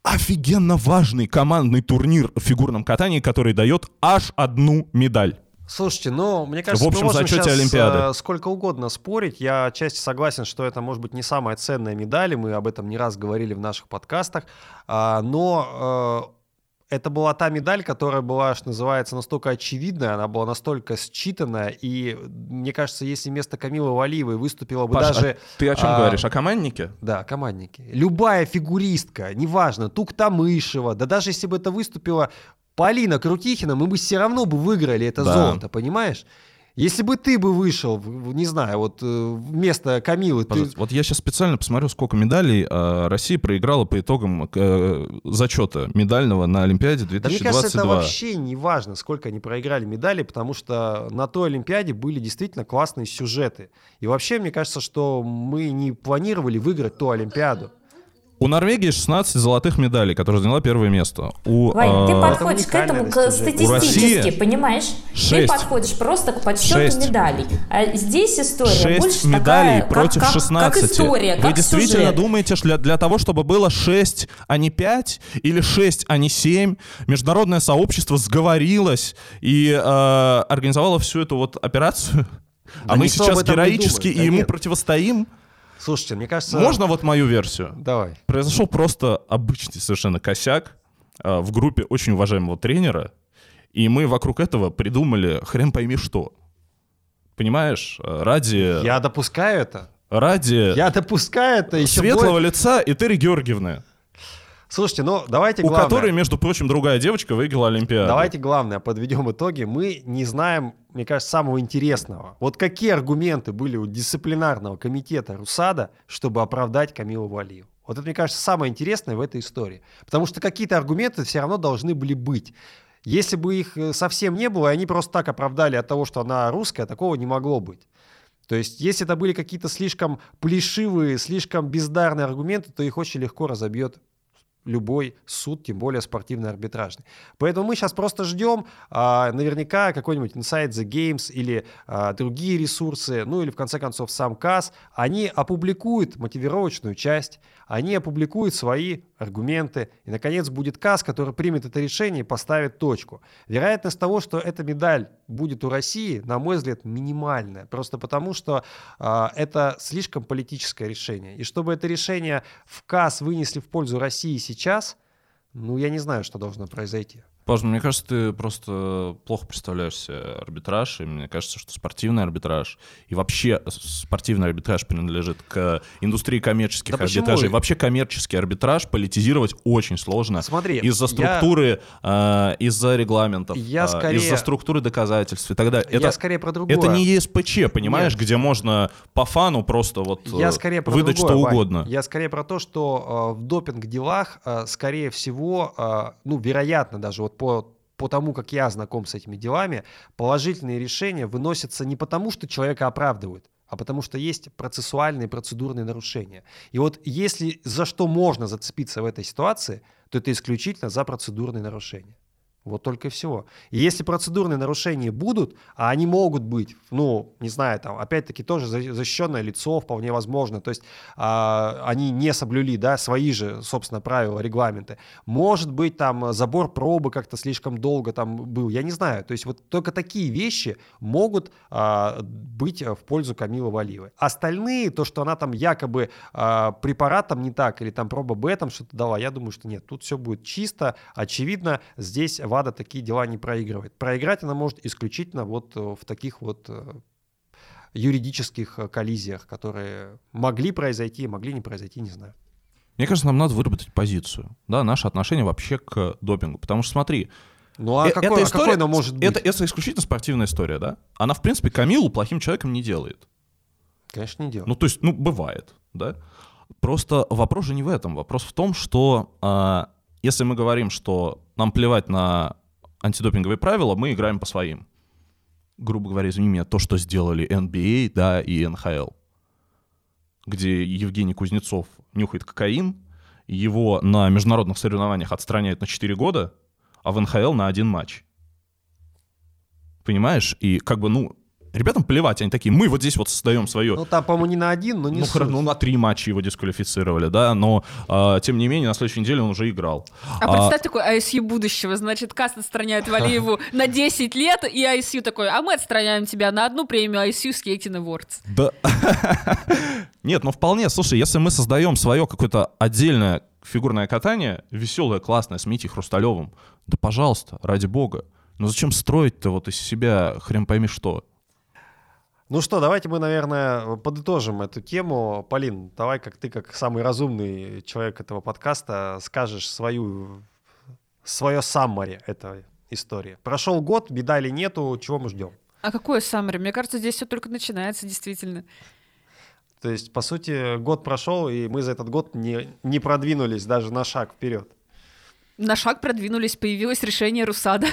офигенно важный командный турнир в фигурном катании, который дает аж одну медаль? Слушайте, ну, мне кажется, В общем мы можем зачете сейчас Олимпиады. сколько угодно спорить. Я отчасти согласен, что это, может быть, не самая ценная медаль, и мы об этом не раз говорили в наших подкастах, но это была та медаль, которая была, что называется, настолько очевидная, она была настолько считанная, и мне кажется, если вместо Камилы Валиевой выступила бы Паш, даже... ты о чем говоришь? О команднике? Да, командники. Любая фигуристка, неважно, Туктамышева, да даже если бы это выступила Полина Крутихина, мы бы все равно бы выиграли это золото, понимаешь? Если бы ты бы вышел, не знаю, вот вместо Камилы... Вот я сейчас специально посмотрю, сколько медалей Россия проиграла по итогам зачета медального на Олимпиаде 2022. Да, мне кажется, это вообще не важно, сколько они проиграли медалей, потому что на той Олимпиаде были действительно классные сюжеты. И вообще, мне кажется, что мы не планировали выиграть ту Олимпиаду. У Норвегии 16 золотых медалей, которые заняла первое место. Вань, ты подходишь к этому статистически, России понимаешь? 6. Ты подходишь просто к подсчету медалей. А здесь история 6 больше медалей такая, против 16. как история, Вы как действительно сюжет. думаете, что для того, чтобы было 6, а не 5, или 6, а не 7, международное сообщество сговорилось и организовало всю эту вот операцию? Да а мы никто сейчас об этом не героически думает. Да и ему нет. противостоим? Слушайте, мне кажется... Можно вот мою версию? Давай. Произошел просто обычный совершенно косяк в группе очень уважаемого тренера, и мы вокруг этого придумали хрен пойми что. Понимаешь? Ради... Я допускаю это. Ради Я допускаю это еще светлого лица Этери Георгиевны, Слушайте, ну давайте у главное. которой, между прочим, другая девочка выиграла Олимпиаду. Давайте главное подведем итоги. Мы не знаем, мне кажется, самого интересного. Вот какие аргументы были у дисциплинарного комитета РУСАДА, чтобы оправдать Камилу Валиеву? Вот это, мне кажется, самое интересное в этой истории. Потому что какие-то аргументы все равно должны были быть. Если бы их совсем не было, и они просто так оправдали от того, что она русская, такого не могло быть. То есть, если это были какие-то слишком плешивые, слишком бездарные аргументы, то их очень легко разобьет любой суд, тем более спортивно-арбитражный. Поэтому мы сейчас просто ждем наверняка какой-нибудь Inside the Games или другие ресурсы, ну или в конце концов сам КАС, они опубликуют мотивировочную часть, они опубликуют свои аргументы, и наконец будет КАС, который примет это решение и поставит точку. Вероятность того, что эта медаль будет у России, на мой взгляд, минимальная, просто потому что это слишком политическое решение. И чтобы это решение в КАС вынесли в пользу России сейчас, ну, я не знаю, что должно произойти. Паш, мне кажется, ты просто плохо представляешь себе арбитраж, и мне кажется, что спортивный арбитраж и вообще спортивный арбитраж принадлежит к индустрии коммерческих арбитражей. Вообще коммерческий арбитраж политизировать очень сложно. Смотри, из-за структуры, из-за регламентов, из-за структуры доказательств и так далее. Я скорее про другое. Это не ЕСПЧ, понимаешь, где можно по фану просто вот выдать что угодно. Я скорее про то, что в допинг-делах, скорее всего, ну, вероятно даже вот по тому, как я знаком с этими делами, положительные решения выносятся не потому, что человека оправдывают, а потому что есть процессуальные, процедурные нарушения. И вот если за что можно зацепиться в этой ситуации, то это исключительно за процедурные нарушения. Вот только и всего. И если процедурные нарушения будут, а они могут быть, ну, не знаю, там, опять-таки тоже защищенное лицо, вполне возможно, то есть они не соблюли, да, свои же, собственно, правила, регламенты. Может быть, там, забор пробы как-то слишком долго там был, я не знаю. То есть вот только такие вещи могут быть в пользу Камилы Валиевой. Остальные, то, что она там якобы препарат там не так, или там проба Б там что-то дала, я думаю, что нет, тут все будет чисто, очевидно, здесь ВАДА такие дела не проигрывает. Проиграть она может исключительно вот в таких вот юридических коллизиях, которые могли произойти, могли не произойти, не знаю. Мне кажется, нам надо выработать позицию, да, наше отношение вообще к допингу. Потому что смотри, ну а какой оно может быть? Это исключительно спортивная история, да? Она, в принципе, Камилу плохим человеком не делает. Конечно, не делает. Ну, то есть, ну, бывает, да? Просто вопрос же не в этом. Вопрос в том, что если мы говорим, что нам плевать на антидопинговые правила, мы играем по своим. Грубо говоря, извини меня, то, что сделали NBA, да, и НХЛ, где Евгений Кузнецов нюхает кокаин, его на международных соревнованиях отстраняют на 4 года, а в НХЛ на 1 матч. Понимаешь? И как бы, ну, ребятам плевать, они такие, мы вот здесь вот создаем свое. Ну, там, по-моему, не на один, но не суть. Ну, на 3 матча его дисквалифицировали, да, но, тем не менее, на следующей неделе он уже играл. Представь такой ISU будущего, значит, КАС отстраняет Валиеву на 10 лет, и ISU такой, а мы отстраняем тебя на 1 премию ISU Skating Awards. Да. Нет, ну вполне, слушай, если мы создаем свое какое-то отдельное фигурное катание, веселое, классное, с Митей Хрусталевым, да пожалуйста, ради бога. Но зачем строить-то вот из себя хрен пойми что? Ну что, давайте мы, наверное, подытожим эту тему. Полин, давай, как ты, как самый разумный человек этого подкаста, скажешь свое саммари этой истории. Прошел год, медалей нету, чего мы ждем? А какое саммари? Мне кажется, здесь все только начинается, действительно. То есть, по сути, год прошел, и мы за этот год не продвинулись даже на шаг вперед. На шаг продвинулись, появилось решение Русада.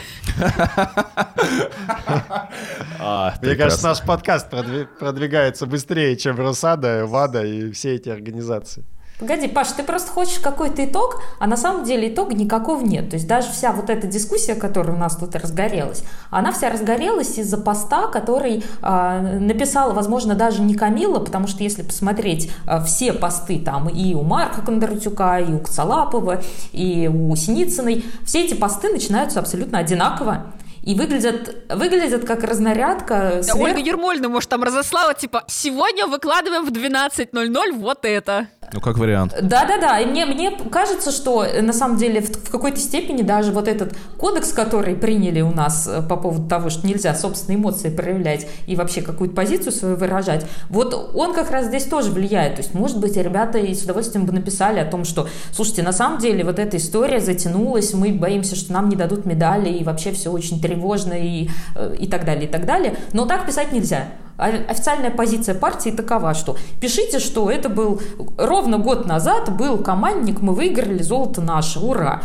Мне кажется, наш подкаст продвигается быстрее, чем Русада, ВАДА и все эти организации. Погоди, Паш, ты просто хочешь какой-то итог, а на самом деле итога никакого нет. То есть даже вся вот эта дискуссия, которая у нас тут разгорелась, она вся разгорелась из-за поста, который написала, возможно, даже не Камилла, потому что если посмотреть все посты там и у Марка Кондратюка, и у Коцалапова, и у Синицыной, все эти посты начинаются абсолютно одинаково. И выглядят как разнарядка. Да, Ольга Ермольевна, может, там разослала, типа, сегодня выкладываем в 12:00 вот это. Ну, как вариант. Да-да-да, и мне кажется, что на самом деле в какой-то степени даже вот этот кодекс, который приняли у нас по поводу того, что нельзя собственные эмоции проявлять и вообще какую-то позицию свою выражать, вот он как раз здесь тоже влияет. То есть, может быть, ребята и с удовольствием бы написали о том, что, слушайте, на самом деле вот эта история затянулась, мы боимся, что нам не дадут медали, и вообще все очень тревожно и так далее, и так далее. Но так писать нельзя. Официальная позиция партии такова, что пишите, что это был ровно год назад, был командник, мы выиграли, золото наше, ура!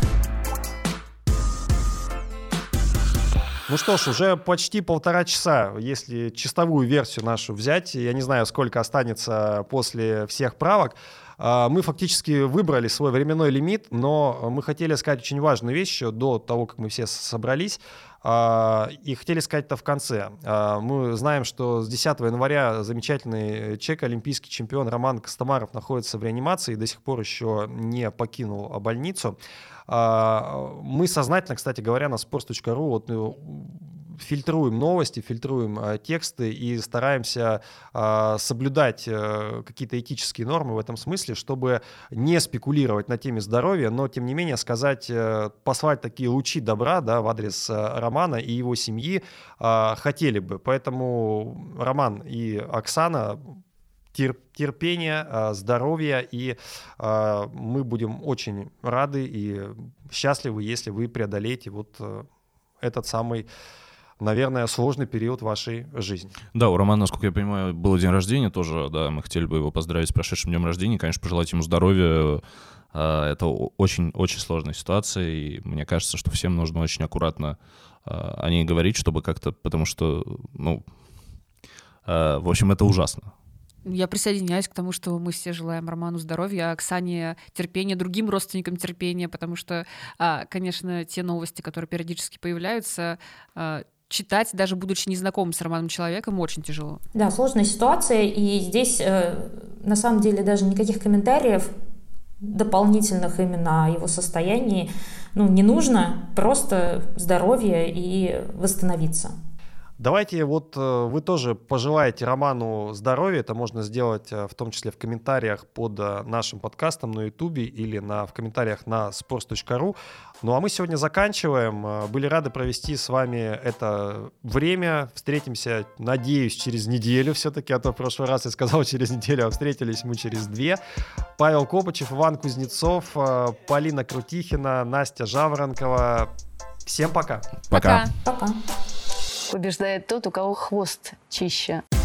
Ну что ж, уже почти 1,5 часа, если чистовую версию нашу взять, я не знаю, сколько останется после всех правок, мы фактически выбрали свой временной лимит, но мы хотели сказать очень важную вещь еще до того, как мы все собрались, и хотели сказать это в конце. Мы знаем, что с 10 января замечательный чек, олимпийский чемпион Роман Костомаров находится в реанимации и до сих пор еще не покинул больницу. Мы сознательно, кстати говоря, на sports.ru вот фильтруем новости, фильтруем тексты и стараемся соблюдать какие-то этические нормы в этом смысле, чтобы не спекулировать на теме здоровья, но, тем не менее, послать такие лучи добра, да, в адрес Романа и его семьи хотели бы. Поэтому Роман и Оксана, терпения, здоровья, и мы будем очень рады и счастливы, если вы преодолеете вот этот самый, наверное, сложный период вашей жизни. Да, у Романа, насколько я понимаю, был день рождения тоже, да, мы хотели бы его поздравить с прошедшим днем рождения, конечно, пожелать ему здоровья. Это очень-очень сложная ситуация, и мне кажется, что всем нужно очень аккуратно о ней говорить, чтобы как-то, потому что, в общем, это ужасно. Я присоединяюсь к тому, что мы все желаем Роману здоровья, а Оксане терпения, другим родственникам терпения, потому что, конечно, те новости, которые периодически появляются, читать, даже будучи незнакомым с Романом человеком, очень тяжело. Да, сложная ситуация, и здесь на самом деле даже никаких комментариев дополнительных именно о его состоянии не нужно, просто здоровье и восстановиться. Давайте вот вы тоже пожелаете Роману здоровья. Это можно сделать в том числе в комментариях под нашим подкастом на YouTube или в комментариях на sports.ru. Ну а мы сегодня заканчиваем. Были рады провести с вами это время. Встретимся, надеюсь, через неделю все-таки, а то в прошлый раз я сказал через неделю, а встретились мы через 2. Павел Копычев, Иван Кузнецов, Полина Крутихина, Настя Жаворонкова. Всем пока. Пока. Пока. Побеждает тот, у кого хвост чище.